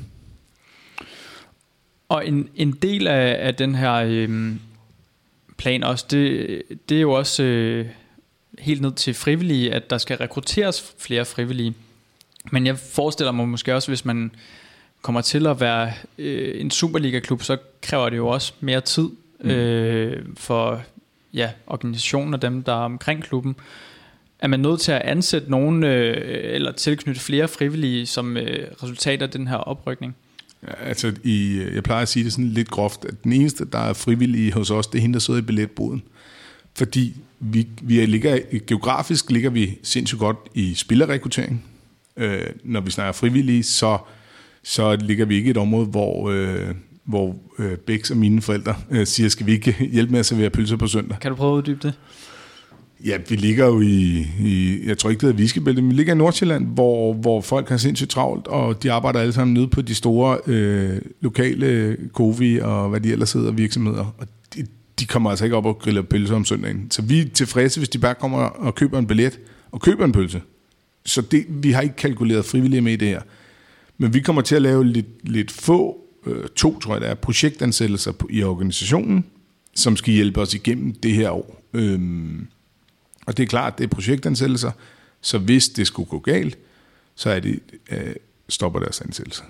Og en, en del af, af den her øh, plan også, det, det er jo også øh, helt ned til frivillige, at der skal rekrutteres flere frivillige. Men jeg forestiller mig måske også, hvis man kommer til at være øh, en Superliga-klub, så kræver det jo også mere tid øh, for ja, organisationen og dem, der er omkring klubben. Er man nødt til at ansætte nogen øh, eller tilknytte flere frivillige som øh, resultat af den her oprykning? Ja, altså i, jeg plejer at sige det sådan lidt groft, at den eneste, der er frivillige hos os, det er hende, der sidder i billetboden. Fordi vi, vi ligger, geografisk ligger vi sindssygt godt i spillerrekruttering. Øh, når vi snakker frivillige, så, så ligger vi ikke i et område, hvor, øh, hvor øh, Bæks og mine forældre øh, siger, skal vi ikke hjælpe med at servere pølser på søndag? Kan du prøve at uddybe det? Ja, vi ligger jo i, i jeg tror ikke, det hedder Viskebælte, men vi ligger i Nordsjælland, hvor, hvor folk har sindssygt travlt, og de arbejder alle sammen nede på de store øh, lokale Covi og hvad de ellers hedder virksomheder, og de, de kommer altså ikke op og griller pølser om søndagen. Så vi er tilfredse, hvis de bare kommer og køber en billet og køber en pølse. Så det, vi har ikke kalkuleret frivillige med i det her. Men vi kommer til at lave lidt, lidt få, øh, to tror jeg det er, projektansættelser på, i organisationen, som skal hjælpe os igennem det her år. Øhm, Og det er klart, det er projektansættelser, så hvis det skulle gå galt, så er det, øh, stopper deres ansættelser.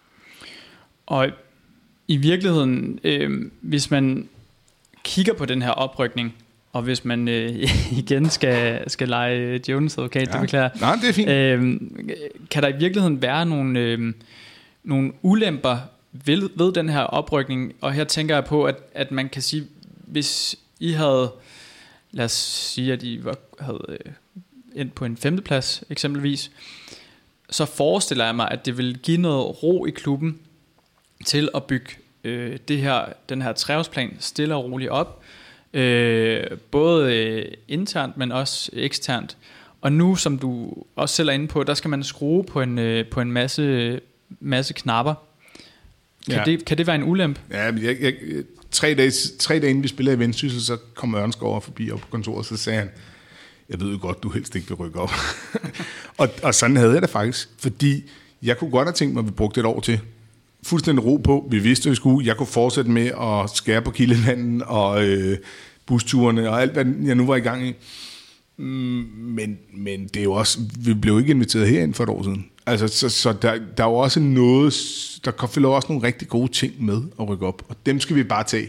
Og i virkeligheden, øh, hvis man kigger på den her oprykning, og hvis man øh, igen skal, skal lege djævelens advokat, ja. det beklager. Nej, det er fint. Øh, kan der i virkeligheden være nogle, øh, nogle ulemper ved, ved den her oprykning? Og her tænker jeg på, at, at man kan sige, hvis I havde, lad os sige, at I var, havde øh, endt på en femteplads eksempelvis, så forestiller jeg mig, at det vil give noget ro i klubben til at bygge øh, det her, den her treårsplan stille og roligt op. Øh, både øh, internt, men også eksternt. Og nu, som du også selv er inde på, der skal man skrue på en, øh, på en masse, masse knapper. Kan, ja. det, kan det være en ulempe? Ja, jeg, jeg, tre, dage, tre dage inden vi spiller i Vendsyssel, så kom Ørnskov forbi op på kontoret, så sagde han, jeg ved jo godt, du helst ikke vil rykke op. og, og sådan havde jeg det faktisk, fordi jeg kunne godt have tænkt mig, at vi brugte et år til. Fuldstændig ro på. Vi vidste, at vi skulle. Jeg kunne fortsætte med at skære på kildevandet og øh, busturene og alt, hvad jeg nu var i gang i. Mm, men, men det er jo også, vi blev ikke inviteret herind for et år siden. Altså, så, så der, der er jo også noget, der følger også nogle rigtig gode ting med at rykke op, og dem skal vi bare tage.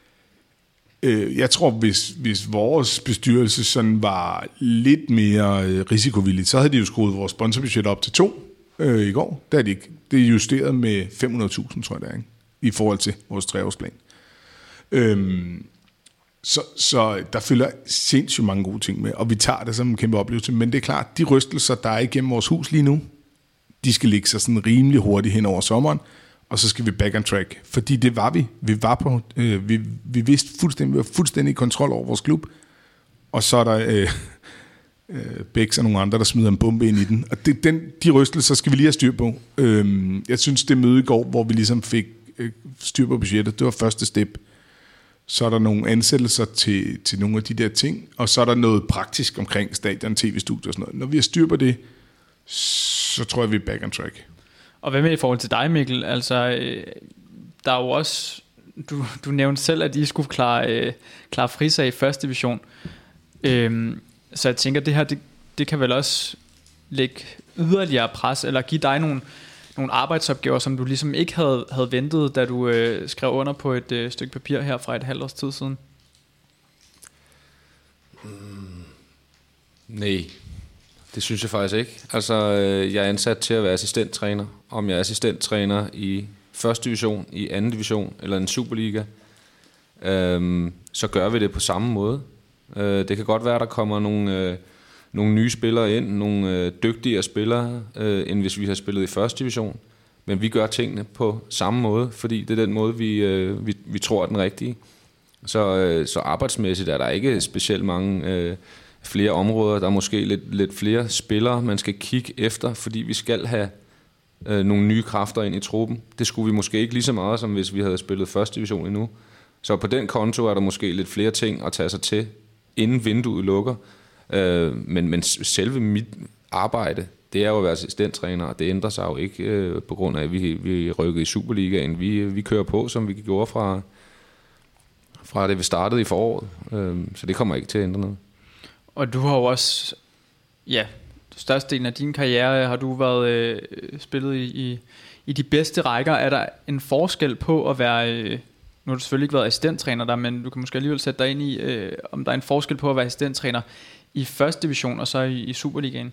Øh, jeg tror, hvis, hvis vores bestyrelse sådan var lidt mere øh, risikovillig, så havde de jo skruet vores sponsorbudget op til to. Øh, i går, der er det ikke. Det er justeret med fem hundrede tusind, tror jeg, der, ikke? I forhold til vores treårsplan. Øhm, så, så der følger sindssygt mange gode ting med, og vi tager det som en kæmpe oplevelse. Men det er klart, de rystelser, der er igennem vores hus lige nu, de skal ligge sig sådan rimelig hurtigt hen over sommeren, og så skal vi back on track. Fordi det var vi. Vi var på, øh, vi, vi vidste fuldstændig, vi var fuldstændig i kontrol over vores klub, og så er der... Øh, Bæks og nogle andre, der smider en bombe ind i den. Og det, den, de rystelser skal vi lige have styr på. Øhm, jeg synes, det møde i går, hvor vi ligesom fik øh, styr på budgettet, det var første step. Så er der nogle ansættelser til, til nogle af de der ting, og så er der noget praktisk omkring stadion, tv-studier og sådan noget. Når vi har styr på det, så tror jeg, vi er back on track. Og hvad med i forhold til dig, Mikkel? Altså, øh, der er jo også... Du, du nævnte selv, at I skulle klare, øh, klare frisag i første division. Øhm, Så jeg tænker, det her, det, det kan vel også lægge yderligere pres, eller give dig nogle, nogle arbejdsopgaver, som du ligesom ikke havde, havde ventet, da du øh, skrev under på et øh, stykke papir her fra et halvt års tid siden? Mm, nej, det synes jeg faktisk ikke. Altså, øh, jeg er ansat til at være assistenttræner. Om jeg er assistenttræner i første division, i anden division eller en Superliga, øh, så gør vi det på samme måde. Det kan godt være, at der kommer nogle, øh, nogle nye spillere ind, nogle øh, dygtigere spillere, øh, end hvis vi har spillet i første division. Men vi gør tingene på samme måde, fordi det er den måde, vi, øh, vi, vi tror er den rigtige. Så, øh, så arbejdsmæssigt er der ikke specielt mange øh, flere områder. Der er måske lidt, lidt flere spillere, man skal kigge efter, fordi vi skal have øh, nogle nye kræfter ind i truppen. Det skulle vi måske ikke lige så meget, som hvis vi havde spillet første division endnu. Så på den konto er der måske lidt flere ting at tage sig til, inden vinduet lukker. Øh, men, men selve mit arbejde, det er jo at være assistenttræner, og det ændrer sig jo ikke øh, på grund af, at vi, vi rykkede i Superligaen. Vi, vi kører på, som vi gjorde fra, fra det, vi startede i foråret. Øh, så det kommer ikke til at ændre noget. Og du har jo også, ja, størstedelen af din karriere har du været øh, spillet i, i, i de bedste rækker. Er der en forskel på at være... Øh, Nu har du selvfølgelig ikke været assistenttræner der, men du kan måske alligevel sætte dig ind i, øh, om der er en forskel på at være assistenttræner i første division og så i, i Superligaen.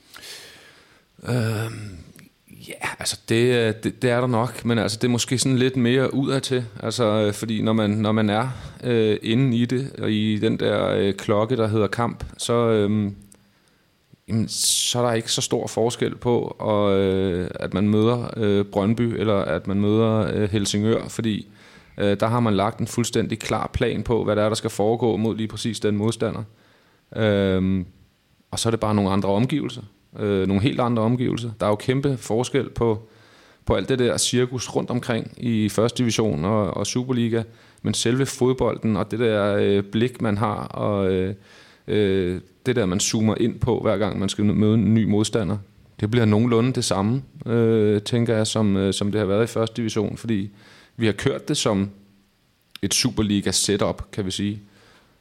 Øhm, ja, altså det, det, det er der nok, men altså det er måske sådan lidt mere udadtil, altså fordi når man når man er øh, inde i det og i den der øh, klokke der hedder kamp, så øh, jamen, så er der ikke så stor forskel på, og, øh, at man møder øh, Brøndby eller at man møder øh, Helsingør, fordi øh, der har man lagt en fuldstændig klar plan på, hvad der er, der skal foregå mod lige præcis den modstander. Øh, og så er det bare nogle andre omgivelser. Øh, nogle helt andre omgivelser. Der er jo kæmpe forskel på, på alt det der cirkus rundt omkring i første division og, og Superliga, men selve fodbolden og det der øh, blik, man har, og øh, øh, det der, man zoomer ind på, hver gang man skal møde en ny modstander, det bliver nogenlunde det samme, øh, tænker jeg, som, øh, som det har været i første division, fordi vi har kørt det som et Superliga-setup, kan vi sige.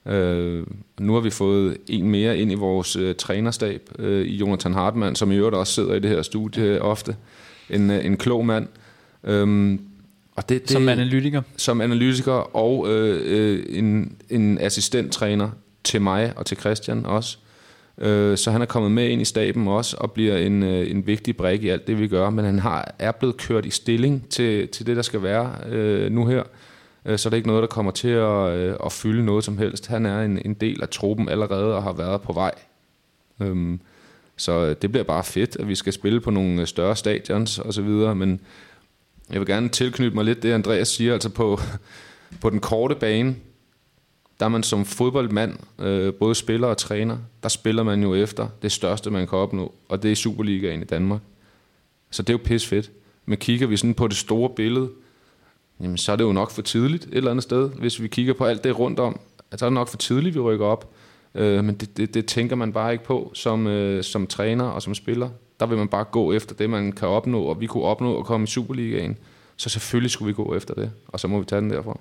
Øh, nu har vi fået en mere ind i vores øh, trænerstab, øh, i Jonathan Hartmann, som i øvrigt også sidder i det her studie ofte. En, øh, en klog mand. Øh, og det, det, som analytiker? Som analytiker og øh, øh, en, en assistenttræner til mig og til Christian også. Øh, så han er kommet med ind i staben også og bliver en, øh, en vigtig brik i alt det, vi gør. Men han har, er blevet kørt i stilling til, til det, der skal være øh, nu her. Så det er ikke noget, der kommer til at, øh, at fylde noget som helst. Han er en, en del af truppen allerede og har været på vej. Øhm, så det bliver bare fedt, at vi skal spille på nogle større stadions og så videre. Men jeg vil gerne tilknytte mig lidt det, Andreas siger. Altså på, på den korte bane, der er man som fodboldmand, øh, både spiller og træner, der spiller man jo efter det største, man kan opnå. Og det er Superligaen i Danmark. Så det er jo pis fedt. Men kigger vi sådan på det store billede, jamen, så er det jo nok for tidligt et eller andet sted. Hvis vi kigger på alt det rundt om, så er det nok for tidligt, vi rykker op. Øh, men det, det, det tænker man bare ikke på som, øh, som træner og som spiller. Der vil man bare gå efter det, man kan opnå, og vi kunne opnå at komme i Superligaen. Så selvfølgelig skulle vi gå efter det, og så må vi tage den derfra.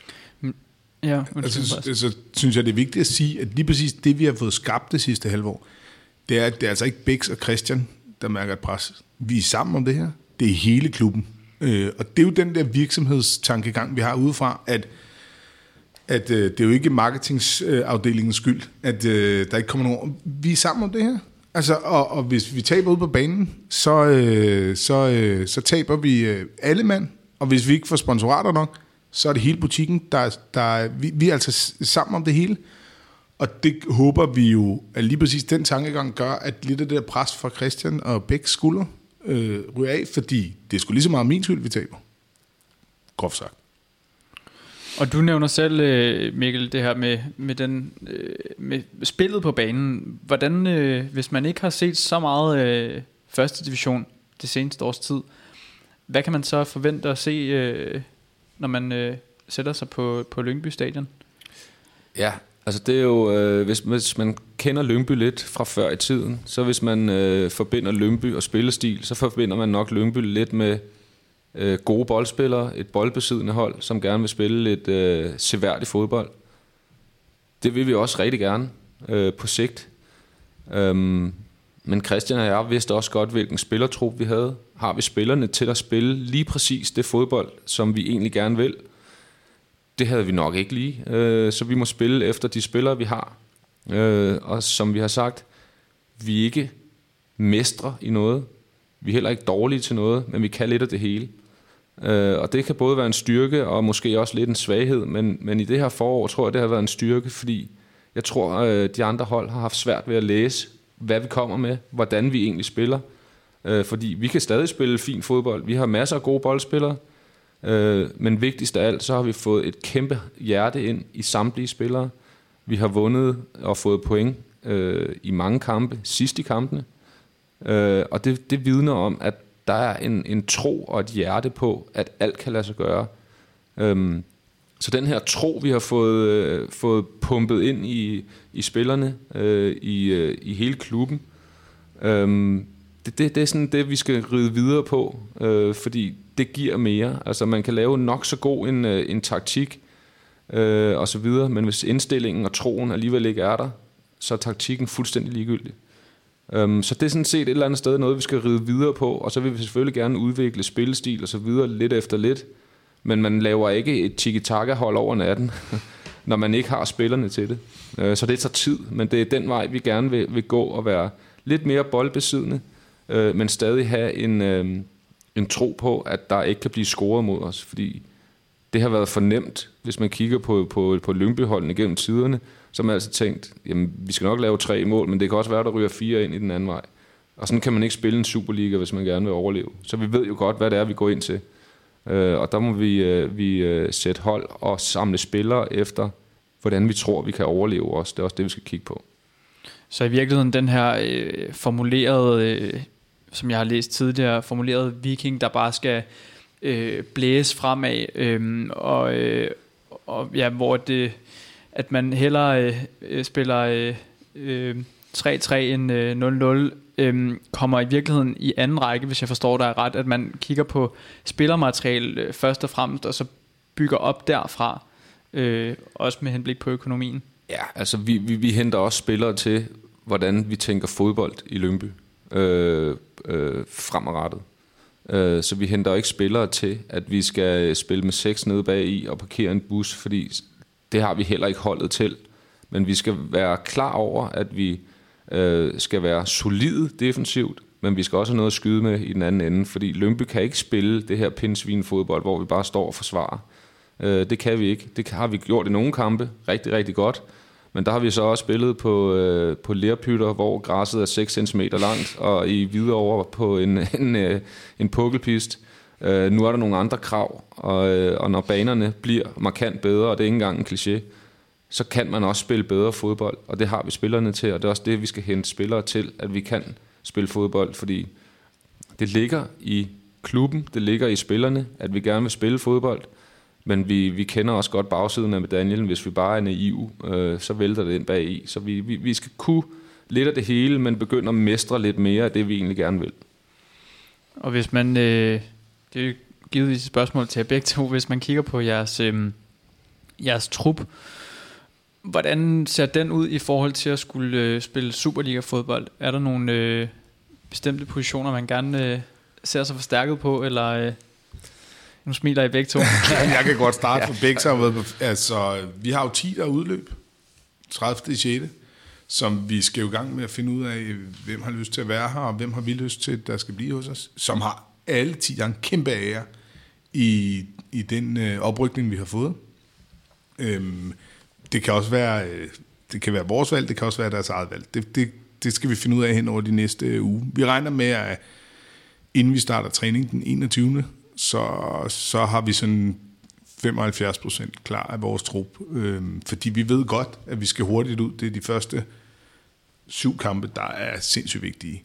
Ja, altså, så, så synes jeg, det er vigtigt at sige, at lige præcis det, vi har fået skabt det sidste halvår, det er, det er altså ikke Bæks og Christian, der mærker et pres. Vi er sammen om det her. Det er hele klubben. Øh, og det er jo den der virksomhedstankegang, vi har udefra, at, at øh, det er jo ikke marketingsafdelingens skyld, at øh, der ikke kommer nogen. Vi er sammen om det her. Altså, og, og hvis vi taber ud på banen, så, øh, så, øh, så taber vi øh, alle mand. Og hvis vi ikke får sponsorater nok, så er det hele butikken, der, der vi, vi er altså sammen om det hele. Og det håber vi jo, at lige præcis den tankegang gør, at lidt af det der pres fra Christian og Bæks skulder øh, ryger af, fordi det er sgu lige så meget min skyld, vi taber. Groft sagt. Og du nævner selv, Mikkel, det her med, med, den, med spillet på banen. Hvordan, hvis man ikke har set så meget første division det seneste års tid, hvad kan man så forvente at se, når man sætter sig på, på Lyngby Stadion? Ja, altså det er jo, øh, hvis, hvis man kender Lyngby lidt fra før i tiden, så hvis man øh, forbinder Lyngby og spillestil, så forbinder man nok Lyngby lidt med øh, gode boldspillere, et boldbesiddende hold, som gerne vil spille lidt øh, seværdig fodbold. Det vil vi også rigtig gerne øh, på sigt. Øhm, men Christian og jeg vidste også godt, hvilken spillertrup vi havde. Har vi spillerne til at spille lige præcis det fodbold, som vi egentlig gerne vil? Det havde vi nok ikke lige, øh, så vi må spille efter de spillere, vi har. Øh, og som vi har sagt, vi er ikke mestre i noget. Vi er heller ikke dårlige til noget, men vi kan lidt af det hele. Øh, og det kan både være en styrke, og måske også lidt en svaghed, men, men i det her forår tror jeg, det har været en styrke, fordi jeg tror, øh, de andre hold har haft svært ved at læse, hvad vi kommer med, hvordan vi egentlig spiller. Øh, fordi vi kan stadig spille fin fodbold. Vi har masser af gode boldspillere, øh, men vigtigst af alt, så har vi fået et kæmpe hjerte ind i samtlige spillere. Vi har vundet og fået point øh, i mange kampe, sidst i kampene. Øh, og det, det vidner om, at der er en, en tro og et hjerte på, at alt kan lade sig gøre. Øhm, så den her tro, vi har fået, øh, fået pumpet ind i, i spillerne, øh, i, øh, i hele klubben, øh, det, det, det er sådan det, vi skal ride videre på, øh, fordi det giver mere. Altså man kan lave nok så god en, en taktik, øh, og så videre, men hvis indstillingen og troen alligevel ikke er der, så er taktikken fuldstændig ligegyldig. Um, så det er sådan set et eller andet sted noget, vi skal ride videre på, og så vil vi selvfølgelig gerne udvikle spillestil og så videre lidt efter lidt, men man laver ikke et tiki-taka-hold over natten, når man ikke har spillerne til det. Uh, så det tager tid, men det er den vej, vi gerne vil, vil gå og være lidt mere boldbesiddende, uh, men stadig have en, uh, en tro på, at der ikke kan blive scoret mod os, fordi det har været for nemt, hvis man kigger på, på, på Lyngby-holdene gennem tiderne, så har man altså tænkt, jamen vi skal nok lave tre mål, men det kan også være, der ryger fire ind i den anden vej. Og sådan kan man ikke spille en Superliga, hvis man gerne vil overleve. Så vi ved jo godt, hvad det er, vi går ind til. Øh, og der må vi, øh, vi øh, sætte hold og samle spillere efter, hvordan vi tror, vi kan overleve også. Det er også det, vi skal kigge på. Så i virkeligheden den her øh, formulerede, øh, som jeg har læst tidligere, formulerede viking, der bare skal øh, blæse fremad, øh, og, øh, og ja, hvor det... at man hellere øh, spiller øh, øh, tre tre end øh, nul nul, øh, kommer i virkeligheden i anden række, hvis jeg forstår dig ret, at man kigger på spillermateriale øh, først og fremmest, og så bygger op derfra, øh, også med henblik på økonomien. Ja, altså vi, vi, vi henter også spillere til, hvordan vi tænker fodbold i Lyngby øh, øh, fremadrettet. Øh, så vi henter ikke spillere til, at vi skal spille med seks nede bag i og parkere en bus, fordi det har vi heller ikke holdet til. Men vi skal være klar over, at vi øh, skal være solide defensivt, men vi skal også have noget at skyde med i den anden ende, fordi Lyngby kan ikke spille det her pindsvinfodbold, hvor vi bare står og forsvarer. Øh, det kan vi ikke. Det har vi gjort i nogle kampe rigtig, rigtig godt. Men der har vi så også spillet på, øh, på lerpytter, hvor græsset er seks centimeter langt, og i Hvidovre på en, en, en, en pukkelpist. Øh, nu er der nogle andre krav, og, og når banerne bliver markant bedre, og det er ikke engang en kliché, så kan man også spille bedre fodbold, og det har vi spillerne til, og det er også det, vi skal hente spillere til, at vi kan spille fodbold, fordi det ligger i klubben, det ligger i spillerne, at vi gerne vil spille fodbold, men vi, vi kender også godt bagsiden af medaljen. Hvis vi bare er naive, øh, så vælter det ind bag i. Så vi, vi, vi skal kunne lidt af det hele, men begynde at mestre lidt mere af det, vi egentlig gerne vil. Og hvis man, øh, det er jo givetvis et spørgsmål til jer begge to, hvis man kigger på jeres, øh, jeres trup, hvordan ser den ud i forhold til at skulle øh, spille Superliga-fodbold? Er der nogle øh, bestemte positioner, man gerne øh, ser sig forstærket på, eller... Øh, Nu smiler I begge to. Jeg kan godt starte for begge sammen. Altså, vi har jo ti der udløb. tredivte sjette som vi skal jo i gang med at finde ud af, hvem har lyst til at være her, og hvem har vi lyst til, der skal blive hos os. Som har alle ti en kæmpe ære i, i den øh, oprykning, vi har fået. Øhm, det kan også være, øh, det kan være vores valg, det kan også være deres eget valg. Det, det, det skal vi finde ud af hen over de næste øh, uge. Vi regner med, at inden vi starter træning den enogtyvende Så, så har vi sådan femoghalvfjerds procent klar af vores trup. Øhm, fordi vi ved godt, at vi skal hurtigt ud. Det er de første syv kampe, der er sindssygt vigtige.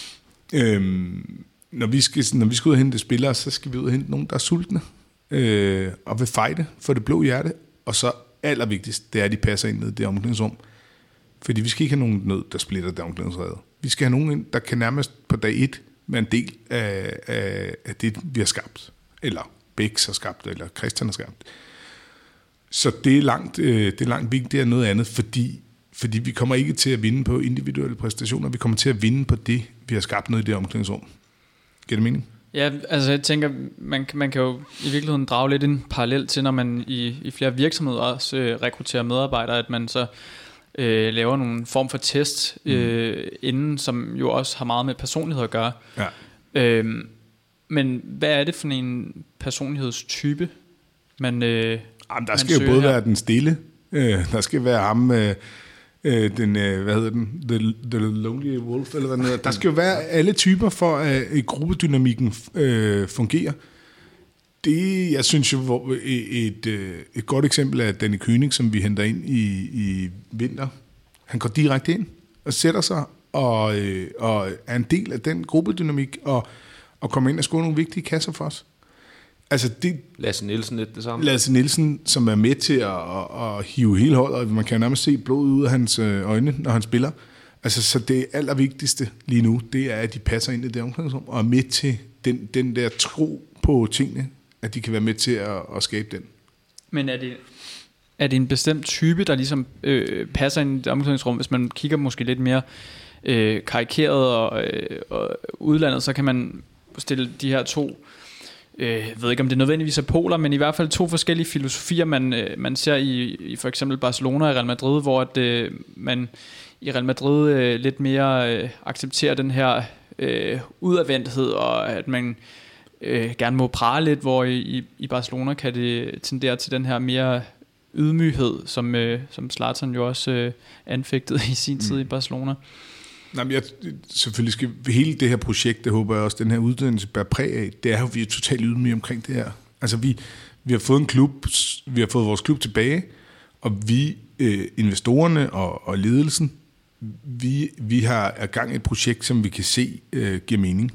Øhm, når, vi skal, når vi skal ud og hente spillere, så skal vi ud og hente nogen, der er sultne. Øh, og vil fighte for det blå hjerte. Og så allervigtigst, det er, at de passer ind ned i det omklædningsrum. Fordi vi skal ikke have nogen nød, der splitter det omklædningsrum. Vi skal have nogen, der kan nærmest på dag et med en del af, af, af det, vi har skabt. Eller Bæks har skabt, eller Christian har skabt. Så det er langt, øh, det er langt vigtigt, det er noget andet, fordi, fordi vi kommer ikke til at vinde på individuelle præstationer, vi kommer til at vinde på det, vi har skabt noget i det omklædningsrum. Giver det mening? Ja, altså jeg tænker, man, man kan jo i virkeligheden drage lidt en parallel til, når man i, i flere virksomheder også øh, rekrutterer medarbejdere, at man så Øh, laver nogle form for test øh, mm. inden, som jo også har meget med personlighed at gøre. Ja. Øh, men hvad er det for en personlighedstype, man øh, Jamen, der skal jo både her? være den stille, øh, der skal være ham, øh, øh, den, øh, hvad hedder den, the, the Lonely Wolf, eller hvad den hedder. Der skal jo være alle typer for, at øh, gruppedynamikken øh, fungerer. Det, jeg synes jo, et, et, et godt eksempel er Danny König, som vi henter ind i, i vinter. Han går direkte ind og sætter sig og, og er en del af den gruppedynamik og, og kommer ind og scorer nogle vigtige kasser for os. Altså det, Lasse Nielsen lidt det samme. Lasse Nielsen, som er med til at, at, at hive hele holdet, og man kan nærmest se blodet ud af hans øjne, når han spiller. Altså, så det allervigtigste lige nu, det er, at de passer ind i det omklædningsrum og er med til den, den der tro på tingene, at de kan være med til at, at skabe den. Men er det, er det en bestemt type, der ligesom øh, passer ind i det omklædningsrum? Hvis man kigger måske lidt mere øh, karikeret og, øh, og udlandet, så kan man stille de her to, øh, jeg ved ikke om det nødvendigvis er poler, men i hvert fald to forskellige filosofier, man, øh, man ser i, i for eksempel Barcelona og Real Madrid, hvor at, øh, man i Real Madrid øh, lidt mere øh, accepterer den her øh, udadvendthed, og at man Øh, gerne må prale lidt, hvor i, i Barcelona kan det tendere til den her mere ydmyghed, som, øh, som Zlatan jo også øh, anfægtede i sin mm. tid i Barcelona. Nej, men jeg, selvfølgelig skal hele det her projekt, det håber jeg også, den her uddannelse bærer præg af, det er jo, vi er totalt ydmyge omkring det her. Altså vi, vi har fået en klub, vi har fået vores klub tilbage, og vi, øh, investorerne og, og ledelsen, vi, vi har er gang i et projekt, som vi kan se øh, giver mening.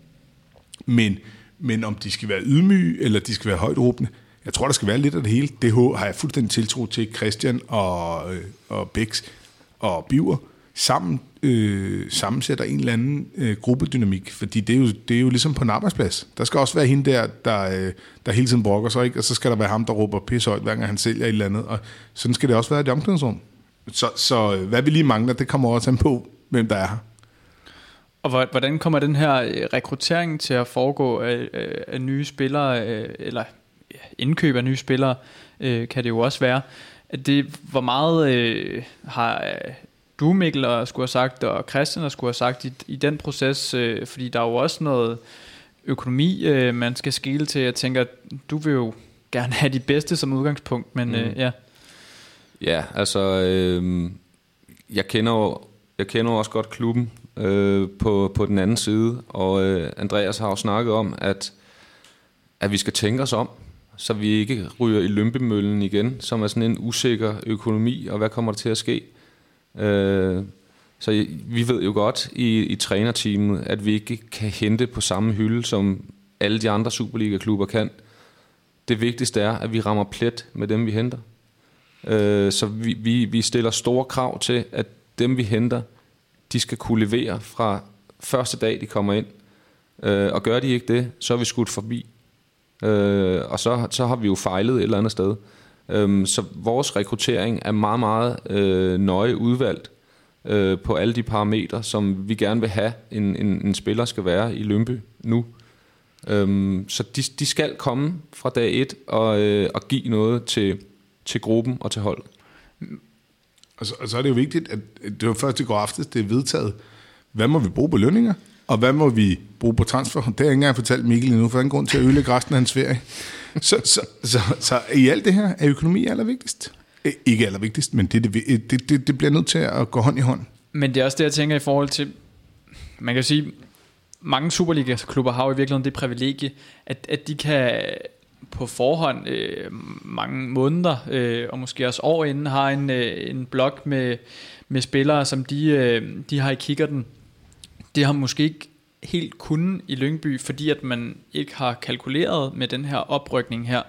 Men Men om de skal være ydmyge, eller de skal være højt råbende, jeg tror, der skal være lidt af det hele. Det har jeg fuldstændig tiltro til Christian og, og Bæks og Biver sammen øh, sammensætter en eller anden øh, gruppedynamik, fordi det er, jo, det er jo ligesom på en arbejdsplads. Der skal også være hende der, der, der hele tiden brokker sig, ikke? Og så skal der være ham, der råber pis højt, hver gang han sælger et eller andet, og sådan skal det også være i det omklædningsrum. Så, så hvad vi lige mangler, det kommer også an på, hvem der er her. Og hvordan kommer den her rekruttering til at foregå af, af nye spillere, eller indkøb af nye spillere, kan det jo også være. At det, hvor meget øh, har du, Mikkel, og skulle have sagt, og Christian har skulle have sagt i, i den proces, øh, fordi der er jo også noget økonomi, øh, man skal skele til. Jeg tænker, du vil jo gerne have de bedste som udgangspunkt, men mm. øh, ja. Ja, altså, øh, jeg kender jo jeg kender også godt klubben øh, på, på den anden side, og øh, Andreas har jo snakket om, at, at vi skal tænke os om, så vi ikke ryger i Lyngby-møllen igen, som er sådan en usikker økonomi, og hvad kommer der til at ske? Øh, så vi ved jo godt i, i trænerteamet, at vi ikke kan hente på samme hylde, som alle de andre Superliga-klubber kan. Det vigtigste er, at vi rammer plet med dem, vi henter. Øh, så vi, vi, vi stiller store krav til, at dem, vi henter, de skal kunne levere fra første dag, de kommer ind. Øh, og gør de ikke det, så er vi skudt forbi. Øh, og så, så har vi jo fejlet et eller andet sted. Øh, så vores rekruttering er meget, meget øh, nøje udvalgt øh, på alle de parametre, som vi gerne vil have, en, en, en spiller skal være i Lyngby nu. Øh, så de, de skal komme fra dag et og, øh, og give noget til, til gruppen og til holdet. Og så, og så er det jo vigtigt, at det var først i går aftes, det er vedtaget, hvad må vi bruge på lønninger, og hvad må vi bruge på transfer. Det har jeg ikke engang fortalt Mikkel endnu, for der er en grund til at ødelægge resten af hans ferie. Så, så, så, så i alt det her er økonomi allervigtigst. Ikke allervigtigst, men det, det, det, det, det bliver nødt til at gå hånd i hånd. Men det er også det, jeg tænker i forhold til, man kan sige, mange Superliga-klubber har jo i virkeligheden det privilegie, at, at de kan på forhånd øh, mange måneder øh, og måske også år inden har en, øh, en blog med, med spillere, som de, øh, de har i kikkerten. Det har måske ikke helt kunnet i Lyngby, fordi at man ikke har kalkuleret med den her oprykning her.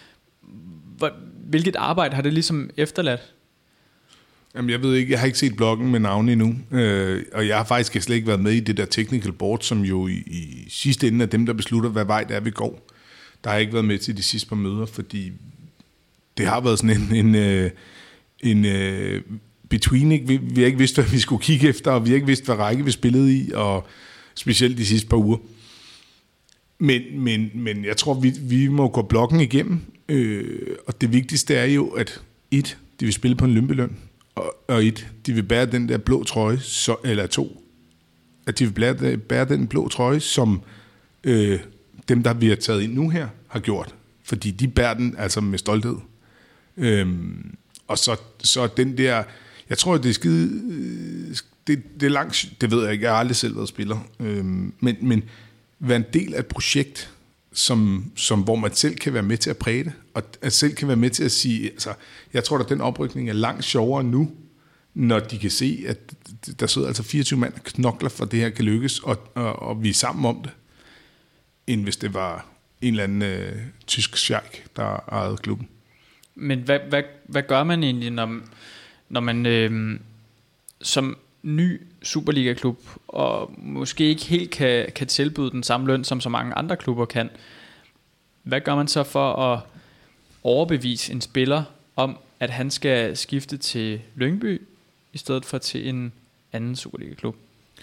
Hvilket arbejde har det ligesom efterladt? Jamen, jeg ved ikke, jeg har ikke set bloggen med navne endnu, øh, og jeg har faktisk slet ikke været med i det der technical board, som jo i, i sidste ende er dem, der beslutter, hvad vej det er, vi går. Der har jeg ikke været med til de sidste par møder, fordi det har været sådan en, en, en, en between, ikke? Vi, vi har ikke vidst, hvad vi skulle kigge efter, og vi har ikke vidst, hvad række vi spillede i, og specielt de sidste par uger. Men, men, men jeg tror, vi, vi må gå blokken igennem, øh, og det vigtigste er jo, at et, de vil spille på en Lyngby-løn, og, og et, de vil bære den der blå trøje, så, eller to, at de vil bære, bære den blå trøje, som øh, dem, der vi har taget ind nu her, har gjort. Fordi de bærer den altså med stolthed. Øhm, og så, så den der, jeg tror, det er skide, det, det er langt, det ved jeg ikke, jeg har aldrig selv været spiller, øhm, men, men være en del af et projekt, som, som, hvor man selv kan være med til at præge det, og at selv kan være med til at sige, altså, jeg tror, at den oprykning er langt sjovere nu, når de kan se, at der sidder altså fireogtyve mand og knokler for, at det her kan lykkes, og, og, og vi er sammen om det, end hvis det var en eller anden øh, tysk sheik, der ejede klubben. Men hvad, hvad, hvad gør man egentlig, når, når man øh, som ny Superliga-klub, og måske ikke helt kan, kan tilbyde den samme løn, som så mange andre klubber kan? Hvad gør man så for at overbevise en spiller om, at han skal skifte til Lyngby, i stedet for til en anden Superliga-klub?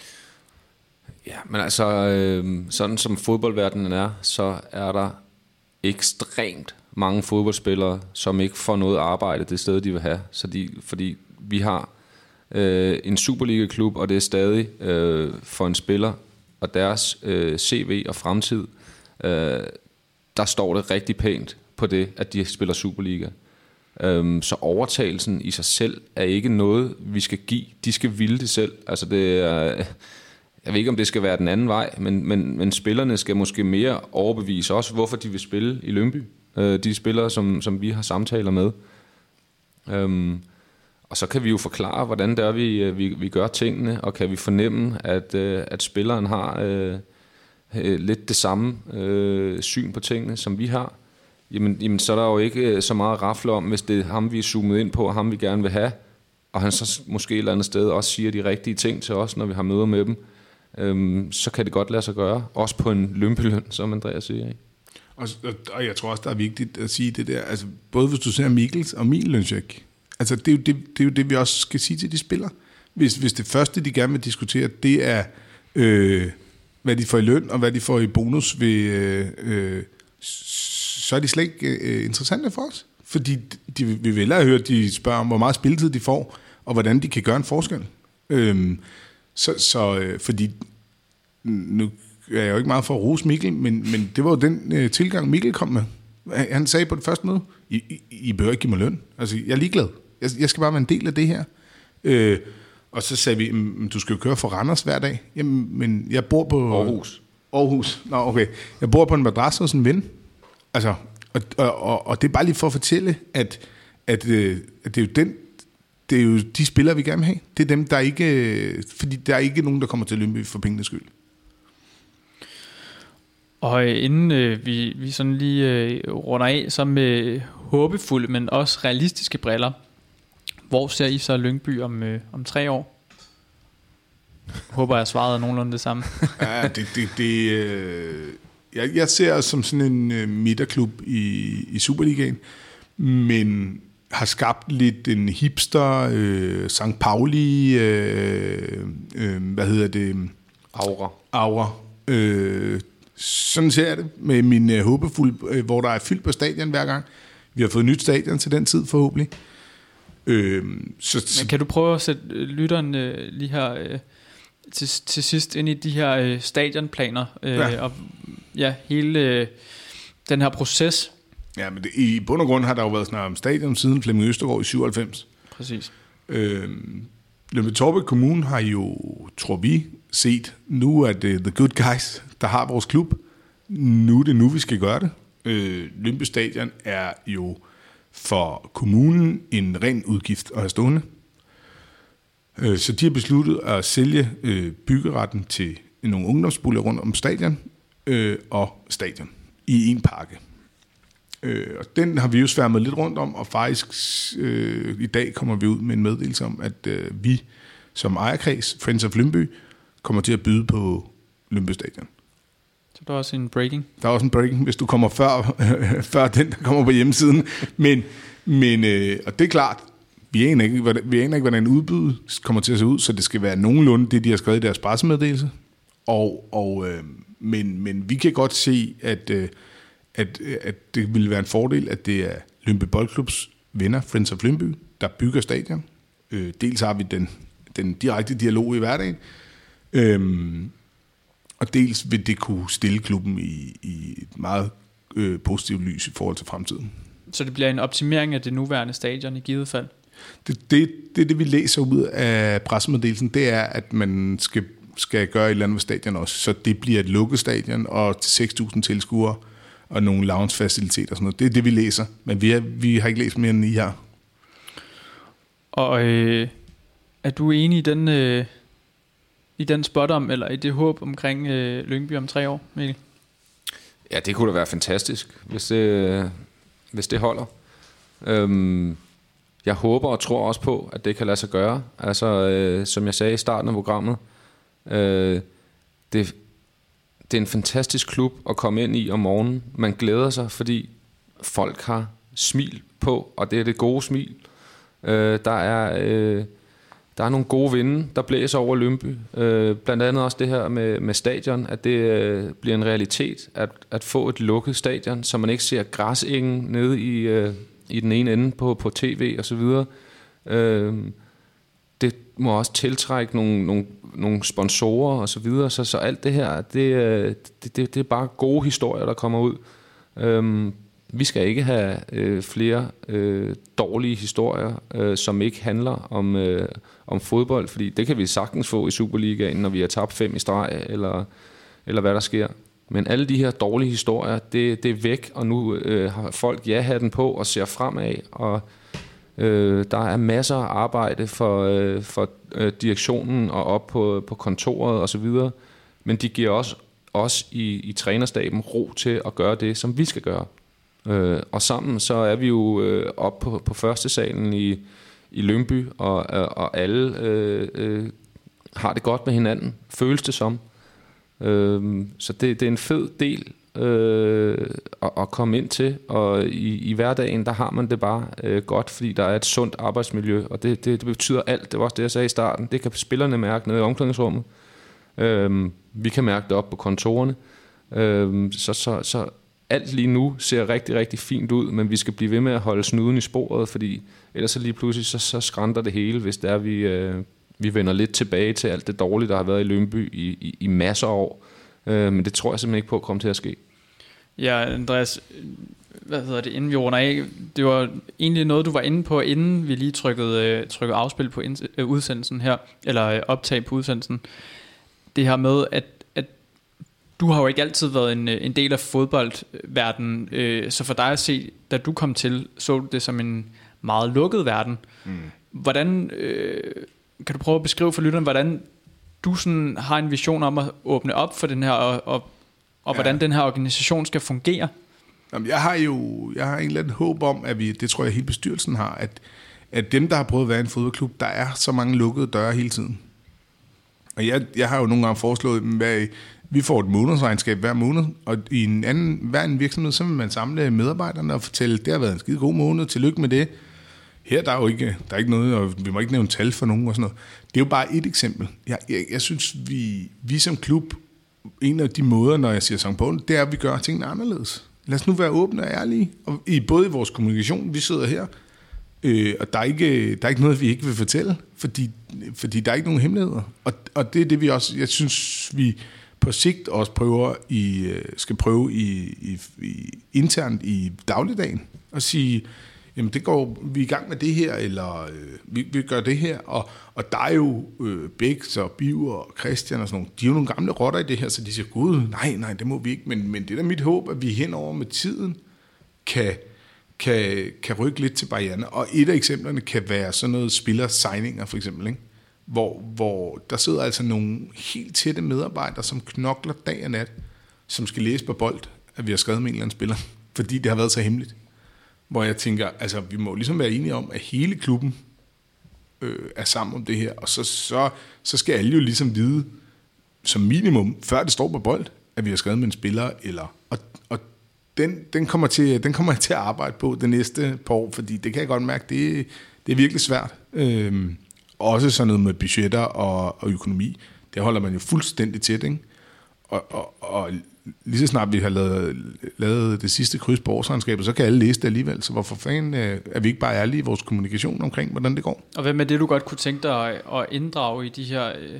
Ja, men altså, øh, sådan som fodboldverdenen er, så er der ekstremt mange fodboldspillere, som ikke får noget arbejde det sted, de vil have. Så de, fordi vi har øh, en Superliga-klub, og det er stadig øh, for en spiller og deres øh, C V og fremtid, øh, der står det rigtig pænt på det, at de spiller Superliga. Øh, så overtagelsen i sig selv er ikke noget, vi skal give. De skal ville det selv. Altså det er... Jeg ved ikke, om det skal være den anden vej, men, men, men spillerne skal måske mere overbevise os, hvorfor de vil spille i Lyngby. Øh, de spillere, som, som vi har samtaler med. Øhm, og så kan vi jo forklare, hvordan det er, vi, vi, vi gør tingene, og kan vi fornemme, at, øh, at spilleren har øh, øh, lidt det samme øh, syn på tingene, som vi har. Jamen, jamen, så er der jo ikke så meget at rafle om, hvis det er ham, vi er zoomet ind på, og ham, vi gerne vil have. Og han så måske et eller andet sted også siger de rigtige ting til os, når vi har møder med dem. Øhm, så kan det godt lade sig gøre, også på en Lyngby-løn, som Andreas siger. Ikke? Og, og jeg tror også, der er vigtigt at sige det der, altså både hvis du ser Mikkels og min løncheck, Altså, det er, jo det, det er jo det, vi også skal sige til de spillere. Hvis, hvis det første, de gerne vil diskutere, det er, øh, hvad de får i løn, og hvad de får i bonus, ved, øh, øh, så er de slet ikke øh, interessante for os. Fordi de, vi vil hellere høre, at de spørger om, hvor meget spilletid de får, og hvordan de kan gøre en forskel. Øh, så, så øh, fordi, nu er jeg jo ikke meget for at rose Mikkel, men, men det var jo den øh, tilgang, Mikkel kom med. Han sagde på det første møde, I, I, I behøver ikke give mig løn. Altså, jeg er ligeglad. Jeg, jeg skal bare være en del af det her. Øh, og så sagde vi, du skal jo køre for Randers hver dag. Jamen, men jeg bor på... Aarhus. Aarhus. Nå, okay. Jeg bor på en madras hos en ven. Altså, og, og, og det er bare lige for at fortælle, at, at, at det er jo den... Det er jo de spillere, vi gerne vil have. Det er dem, der ikke... Fordi der er ikke nogen, der kommer til Lyngby for pengenes skyld. Og inden øh, vi, vi sådan lige øh, runder af, så med håbefulde, men også realistiske briller. Hvor ser I så Lyngby om, øh, om tre år? Håber jeg svaret er nogenlunde det samme. Ja, det... det, det øh, jeg, jeg ser os som sådan en øh, midterklub i, i Superligaen, men har skabt lidt en hipster, øh, Sankt Pauli, øh, øh, hvad hedder det? Aura. Aura. Øh, sådan ser jeg det med min øh, håbefuld, øh, hvor der er fyldt på stadion hver gang. Vi har fået nyt stadion til den tid forhåbentlig. Øh, så, Men kan du prøve at sætte lytteren øh, lige her øh, til, til sidst ind i de her øh, stadionplaner øh, ja. og ja, hele øh, den her proces? Ja, men det, i bund og grund har der jo været snart om stadion siden Flemming Østergaard i syvoghalvfems. Præcis. Øh, Lyngby-Taarbæk Kommune har jo, tror vi, set, nu er det the good guys, der har vores klub. Nu er det nu, vi skal gøre det. Øh, Lyngby Stadion er jo for kommunen en ren udgift at have stående. Øh, så de har besluttet at sælge øh, byggeretten til nogle ungdomsboliger rundt om stadion øh, og stadion i en pakke. Øh, og den har vi jo sværmet lidt rundt om, og faktisk øh, i dag kommer vi ud med en meddelelse om, at øh, vi som ejerkreds, Friends of Lyngby, kommer til at byde på Lyngby Stadion. Så der er også en breaking. Der er også en breaking, hvis du kommer før, øh, før den, der kommer på hjemmesiden. Men, men øh, og det er klart, vi aner ikke, hvordan, vi aner ikke, hvordan en udbud kommer til at se ud, så det skal være nogenlunde det, de har skrevet i deres pressemeddelelse. Og, og, øh, men, men vi kan godt se, at, øh, at, at det vil være en fordel, at det er Lyngby Boldklubs venner, Friends of Lyngby, der bygger stadion. Øh, dels har vi den, den direkte dialog i hverdagen, øhm, og dels vil det kunne stille klubben i, i et meget øh, positivt lys i forhold til fremtiden. Så det bliver en optimering af det nuværende stadion i givet fald? Det, det, det, det vi læser ud af pressemeddelelsen, det er, at man skal, skal gøre et eller andet ved stadion også. Så det bliver et lukket stadion, og til seks tusind tilskuere, og nogle lounge-faciliteter og sådan noget. Det er det, vi læser. Men vi har, vi har ikke læst mere end I her. Og øh, er du enig i den, øh, i den spot om, eller i det håb omkring øh, Lyngby om tre år, Mikkel? Ja, det kunne da være fantastisk, hvis det, hvis det holder. Øhm, jeg håber og tror også på, at det kan lade sig gøre. Altså, øh, som jeg sagde i starten af programmet, øh, det, det er en fantastisk klub at komme ind i om morgenen. Man glæder sig, fordi folk har smil på, og det er det gode smil. Øh, der er øh, der er nogle gode vinde, der blæser over Lyngby. Øh, blandt andet også det her med, med stadion, at det øh, bliver en realitet at, at få et lukket stadion, så man ikke ser græsengen nede i, øh, i den ene ende på, på tv og så videre. Øh, det må også tiltrække nogle, nogle, nogle sponsorer og så videre, så, så alt det her, det, det, det, det er bare gode historier, der kommer ud. Øh, Vi skal ikke have øh, flere øh, dårlige historier, øh, som ikke handler om, øh, om fodbold, fordi det kan vi sagtens få i Superligaen, når vi har tabt fem i streg, eller, eller hvad der sker. Men alle de her dårlige historier, det, det er væk, og nu øh, har folk ja-hatten på og ser fremad, og øh, der er masser af arbejde for, øh, for øh, direktionen og op på, på kontoret og så videre, men de giver også os i, i trænerstaben ro til at gøre det, som vi skal gøre. Øh, og sammen så er vi jo øh, oppe på, på første salen i, i Lyngby, og, og alle øh, øh, har det godt med hinanden, føles det som. Øh, så det, det er en fed del øh, at, at komme ind til, og i, i hverdagen, der har man det bare øh, godt, fordi der er et sundt arbejdsmiljø, og det, det, det betyder alt. Det var også det, jeg sagde i starten. Det kan spillerne mærke nede i omklædningsrummet. Øh, vi kan mærke det op på kontorerne. Øh, så, så, så alt lige nu ser rigtig, rigtig fint ud, men vi skal blive ved med at holde snuden i sporet, fordi ellers så lige pludselig, så, så skrænter det hele, hvis det er, vi, øh, vi vender lidt tilbage til alt det dårlige, der har været i Lyngby i, i, i masser af år. Øh, men det tror jeg simpelthen ikke på at komme til at ske. Ja, Andreas, hvad hedder det, inden vi runder af, det var egentlig noget, du var inde på, inden vi lige trykkede, trykkede afspil på udsendelsen her, eller optag på udsendelsen. Det her med, at, at du har jo ikke altid været en, en del af fodboldverdenen, så for dig at se, da du kom til, så du det som en meget lukket verden. Mm. Hvordan, kan du prøve at beskrive for lytterne, hvordan du sådan har en vision om at åbne op for den her, og, og, og ja. hvordan den her organisation skal fungere? Jamen, jeg har jo jeg har en eller anden håb om, at vi, det tror jeg hele bestyrelsen har, at, at dem, der har prøvet at være en fodboldklub, der er så mange lukkede døre hele tiden. Og jeg, jeg har jo nogle gange foreslået, hvad, vi får et månedsregnskab hver måned, og i en anden, hver en virksomhed, så vil man samle medarbejderne og fortælle, det har været en skide god måned, tillykke med det. Her der er jo ikke, der er ikke noget, og vi må ikke nævne tal for nogen og sådan noget. Det er jo bare et eksempel. Jeg, jeg, jeg synes, vi, vi som klub, en af de måder, når jeg siger Sankt Paul, det er, at vi gør tingene anderledes. Lad os nu være åbne og ærlige, og i både i vores kommunikation, vi sidder her, øh, og der er, ikke, der er ikke noget, vi ikke vil fortælle, fordi, fordi der er ikke nogen hemmeligheder. Og, og det er det, vi også, jeg synes, vi på sigt også prøver i, skal prøve i, i, i internt i dagligdagen, og sige, jamen det går, vi er i gang med det her, eller øh, vi, vi gør det her, og, og der er jo øh, Bæks og Biver og Christian og sådan nogle, de er jo nogle gamle rotter i det her, så de siger, gud, nej, nej, det må vi ikke, men, men det er da mit håb, at vi henover med tiden kan, kan, kan rykke lidt til barriererne, og et af eksemplerne kan være sådan noget spiller-signinger for eksempel, ikke? Hvor, hvor der sidder altså nogle helt tætte medarbejdere, som knokler dag og nat, som skal læse på bold, at vi har skrevet med en eller anden spiller, fordi det har været så hemmeligt. Hvor jeg tænker, altså vi må ligesom være enige om, at hele klubben øh, er sammen om det her, og så, så, så skal alle jo ligesom vide, som minimum, før det står på bold, at vi har skrevet med en spiller, eller, og, og den, den, kommer til, den kommer jeg til at arbejde på det næste par år, fordi det kan jeg godt mærke, det, det er virkelig svært. Øh, også sådan noget med budgetter og, og økonomi, det holder man jo fuldstændig tæt, ikke? Og, og, og lige så snart vi har lavet, lavet det sidste kryds på årsregnskabet, så kan alle læse det alligevel. Så hvorfor fanden er vi ikke bare ærlige i vores kommunikation omkring, hvordan det går? Og hvad med det, du godt kunne tænke dig at inddrage i de her øh,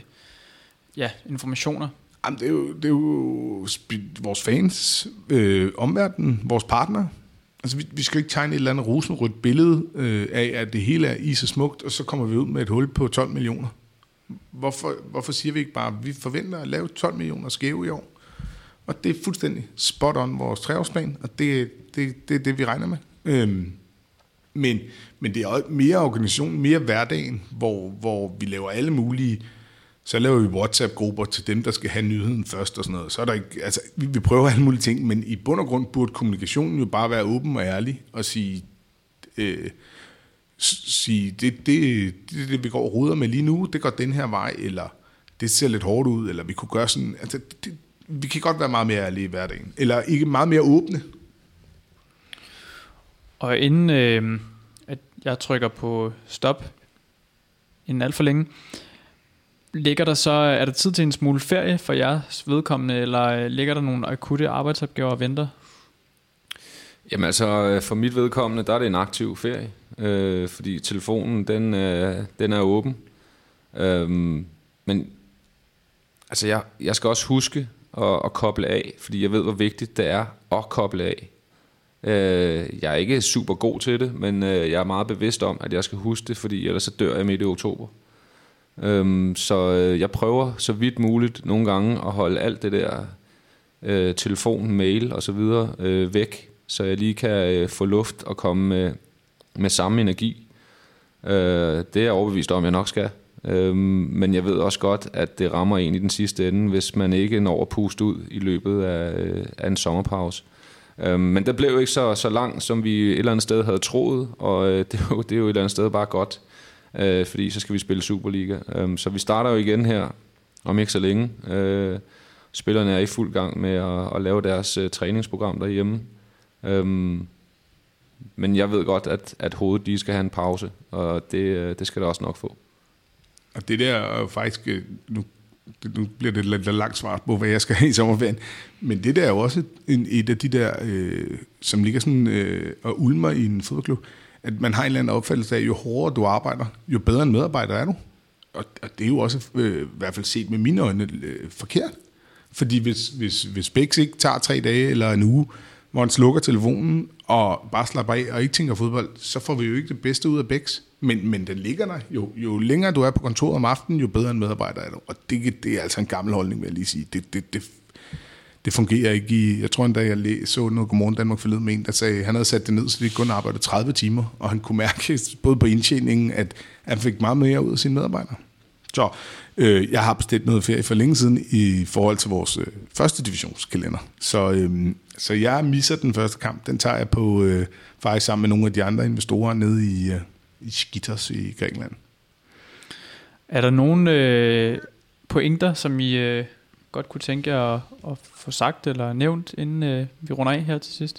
ja, informationer? Jamen, det er jo, det er jo vores fans, øh, omverdenen, vores partner. Altså, vi, vi skal ikke tegne et eller andet rosenrødt billede øh, af, at det hele er is og smukt, og så kommer vi ud med et hul på tolv millioner. Hvorfor, hvorfor siger vi ikke bare, at vi forventer at lave tolv millioner skæve i år? Og det er fuldstændig spot on vores treårsplan, og det, det, det er det, vi regner med. Øhm, men, men det er også mere organisation, mere hverdagen, hvor, hvor vi laver alle mulige, så laver vi WhatsApp-grupper til dem, der skal have nyheden først og sådan noget. Så er der ikke, altså, vi, vi prøver alle mulige ting, men i bund og grund burde kommunikationen jo bare være åben og ærlig, og sige, øh, sige det, det, det, det, vi går og ruder med lige nu, det går den her vej, eller det ser lidt hårdt ud, eller vi kunne gøre sådan, altså det, vi kan godt være meget mere ærlige i hverdagen. Eller ikke meget mere åbne. Og inden øh, at jeg trykker på stop, inden alt for længe, ligger der så, er der tid til en smule ferie for jeres vedkommende, eller ligger der nogle akutte arbejdsopgaver og venter? Jamen altså, for mit vedkommende, der er det en aktiv ferie. Øh, fordi telefonen, den, øh, den er åben. Øh, men altså, jeg, jeg skal også huske at, at koble af, fordi jeg ved, hvor vigtigt det er at koble af. Øh, jeg er ikke super god til det, men øh, jeg er meget bevidst om, at jeg skal huske det, fordi ellers så dør jeg midt i oktober. Øh, så øh, jeg prøver så vidt muligt nogle gange at holde alt det der øh, telefon, mail og så videre øh, væk, så jeg lige kan øh, få luft og komme med, med samme energi. Øh, det er jeg overbevist om, jeg nok skal. Øhm, men jeg ved også godt, at det rammer en i den sidste ende, hvis man ikke når at puste ud i løbet af, af en sommerpause. Øhm, men det blev jo ikke så, så langt, som vi et eller andet sted havde troet, og øh, det, er jo, det er jo et eller andet sted bare godt, øh, fordi så skal vi spille Superliga. Øhm, så vi starter jo igen her om ikke så længe, øh, spillerne er i fuld gang med at, at lave deres uh, træningsprogram derhjemme. Um, men jeg ved godt, at, at hovedet de skal have en pause, og det, det skal der også nok få. Og det der er faktisk, nu, nu bliver det lidt langt svar på, hvad jeg skal have i sommerferien, men det der er jo også en, et af de der, øh, som ligger sådan øh, og ulmer i en fodboldklub, at man har en eller anden opfattelse af, jo hårdere du arbejder, jo bedre en medarbejder er du. Og, og det er jo også, øh, i hvert fald set med mine øjne, øh, forkert. Fordi hvis, hvis, hvis Bæks ikke tager tre dage eller en uge, hvor han slukker telefonen og bare slapper af og ikke tænker fodbold, så får vi jo ikke det bedste ud af Bæks. Men, men den ligger der. Jo, jo længere du er på kontoret om aftenen, jo bedre en medarbejder er du. Og det, det er altså en gammel holdning, vil jeg lige sige. Det, det, det, det fungerer ikke i... Jeg tror endda, jeg så noget Godmorgen Danmark forleden med en, der sagde, at han havde sat det ned, så de kun arbejdede tredive timer, og han kunne mærke både på indtjeningen, at han fik meget mere ud af sine medarbejdere. Så øh, jeg har bestilt noget ferie for længe siden i forhold til vores øh, første divisionskalender. Så, øh, så jeg misser den første kamp. Den tager jeg på øh, faktisk sammen med nogle af de andre investorer nede i, øh, i Skitos i Grækenland. Er der nogle øh, pointer, som I øh, godt kunne tænke jer at, at få sagt eller nævnt, inden øh, vi runder af her til sidst?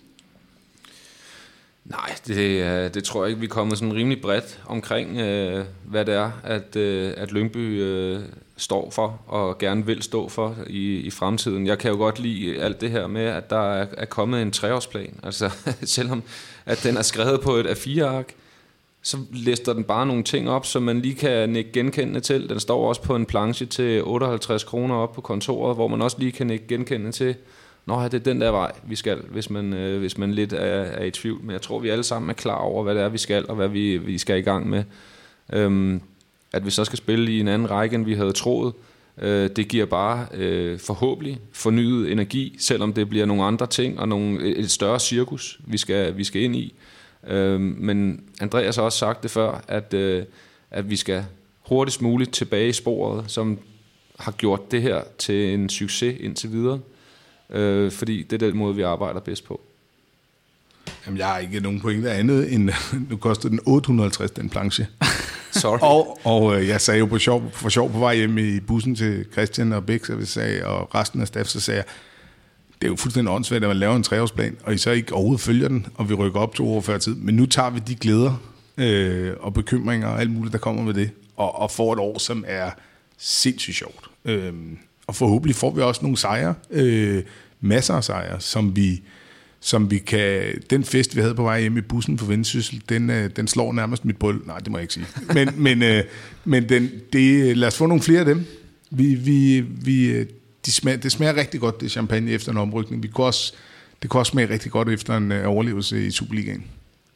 Nej, det, det tror jeg ikke. Vi er kommet sådan rimelig bredt omkring, øh, hvad det er, at, øh, at Lyngby øh, står for og gerne vil stå for i, i fremtiden. Jeg kan jo godt lide alt det her med, at der er, er kommet en treårsplan. Altså, selvom at den er skrevet på et A fire ark, så lister den bare nogle ting op, som man lige kan nikke genkendende til. Den står også på en planche til otteoghalvtreds kroner op på kontoret, hvor man også lige kan nikke genkendende til. Nå, det er den der vej, vi skal, hvis man, øh, hvis man lidt er, er i tvivl. Men jeg tror, vi alle sammen er klar over, hvad det er, vi skal, og hvad vi, vi skal i gang med. Øhm, at vi så skal spille i en anden række, end vi havde troet, øh, det giver bare øh, forhåbentlig fornyet energi, selvom det bliver nogle andre ting, og nogle, et større cirkus, vi skal, vi skal ind i. Øhm, men Andreas har også sagt det før, at, øh, at vi skal hurtigst muligt tilbage i sporet, som har gjort det her til en succes indtil videre. Øh, fordi det er den måde, vi arbejder bedst på. Jamen, jeg har ikke nogen pointe andet end, nu koster den otte hundrede og halvtreds, den planche. Sorry. og og øh, jeg sagde jo på sjov, for sjov på vej hjem i bussen til Christian og Bæk, og, sagde, og resten af staff, så sagde jeg, det er jo fuldstændig åndssvagt, at man laver en treårsplan, og I så ikke overhovedet følger den, og vi rykker op to år før tid. Men nu tager vi de glæder øh, og bekymringer og alt muligt, der kommer med det, og, og får et år, som er sindssygt sjovt. Øh, og forhåbentlig får vi også nogle sejre, øh, masser af sejre, som vi, som vi kan... Den fest, vi havde på vej hjem i bussen for Vendsyssel, den, øh, den slår nærmest mit brøl. Nej, det må jeg ikke sige. Men, men, øh, men den, det, lad os få nogle flere af dem. Vi, vi, vi, de smager, det smager rigtig godt, det champagne, efter en omrykning. Vi kunne også, det kunne også smage rigtig godt efter en øh, overlevelse i Superligaen.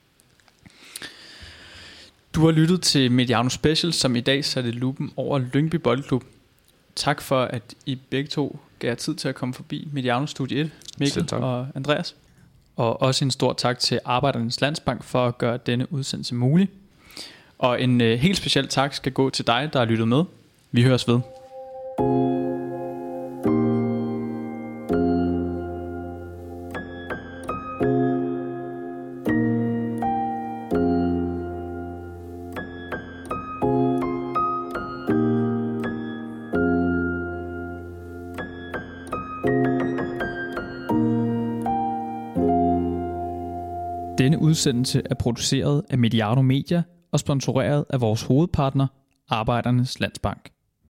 Du har lyttet til Mediano Special, som i dag satte lupen over Lyngby Boldklub. Tak for, at I begge to gav jer tid til at komme forbi Mediano Studie et, Mikkel og Andreas. Og også en stor tak til Arbejdernes Landsbank for at gøre denne udsendelse mulig. Og en øh, helt speciel tak skal gå til dig, der har lyttet med. Vi høres ved. Denne udsendelse er produceret af Mediano Media og sponsoreret af vores hovedpartner, Arbejdernes Landsbank.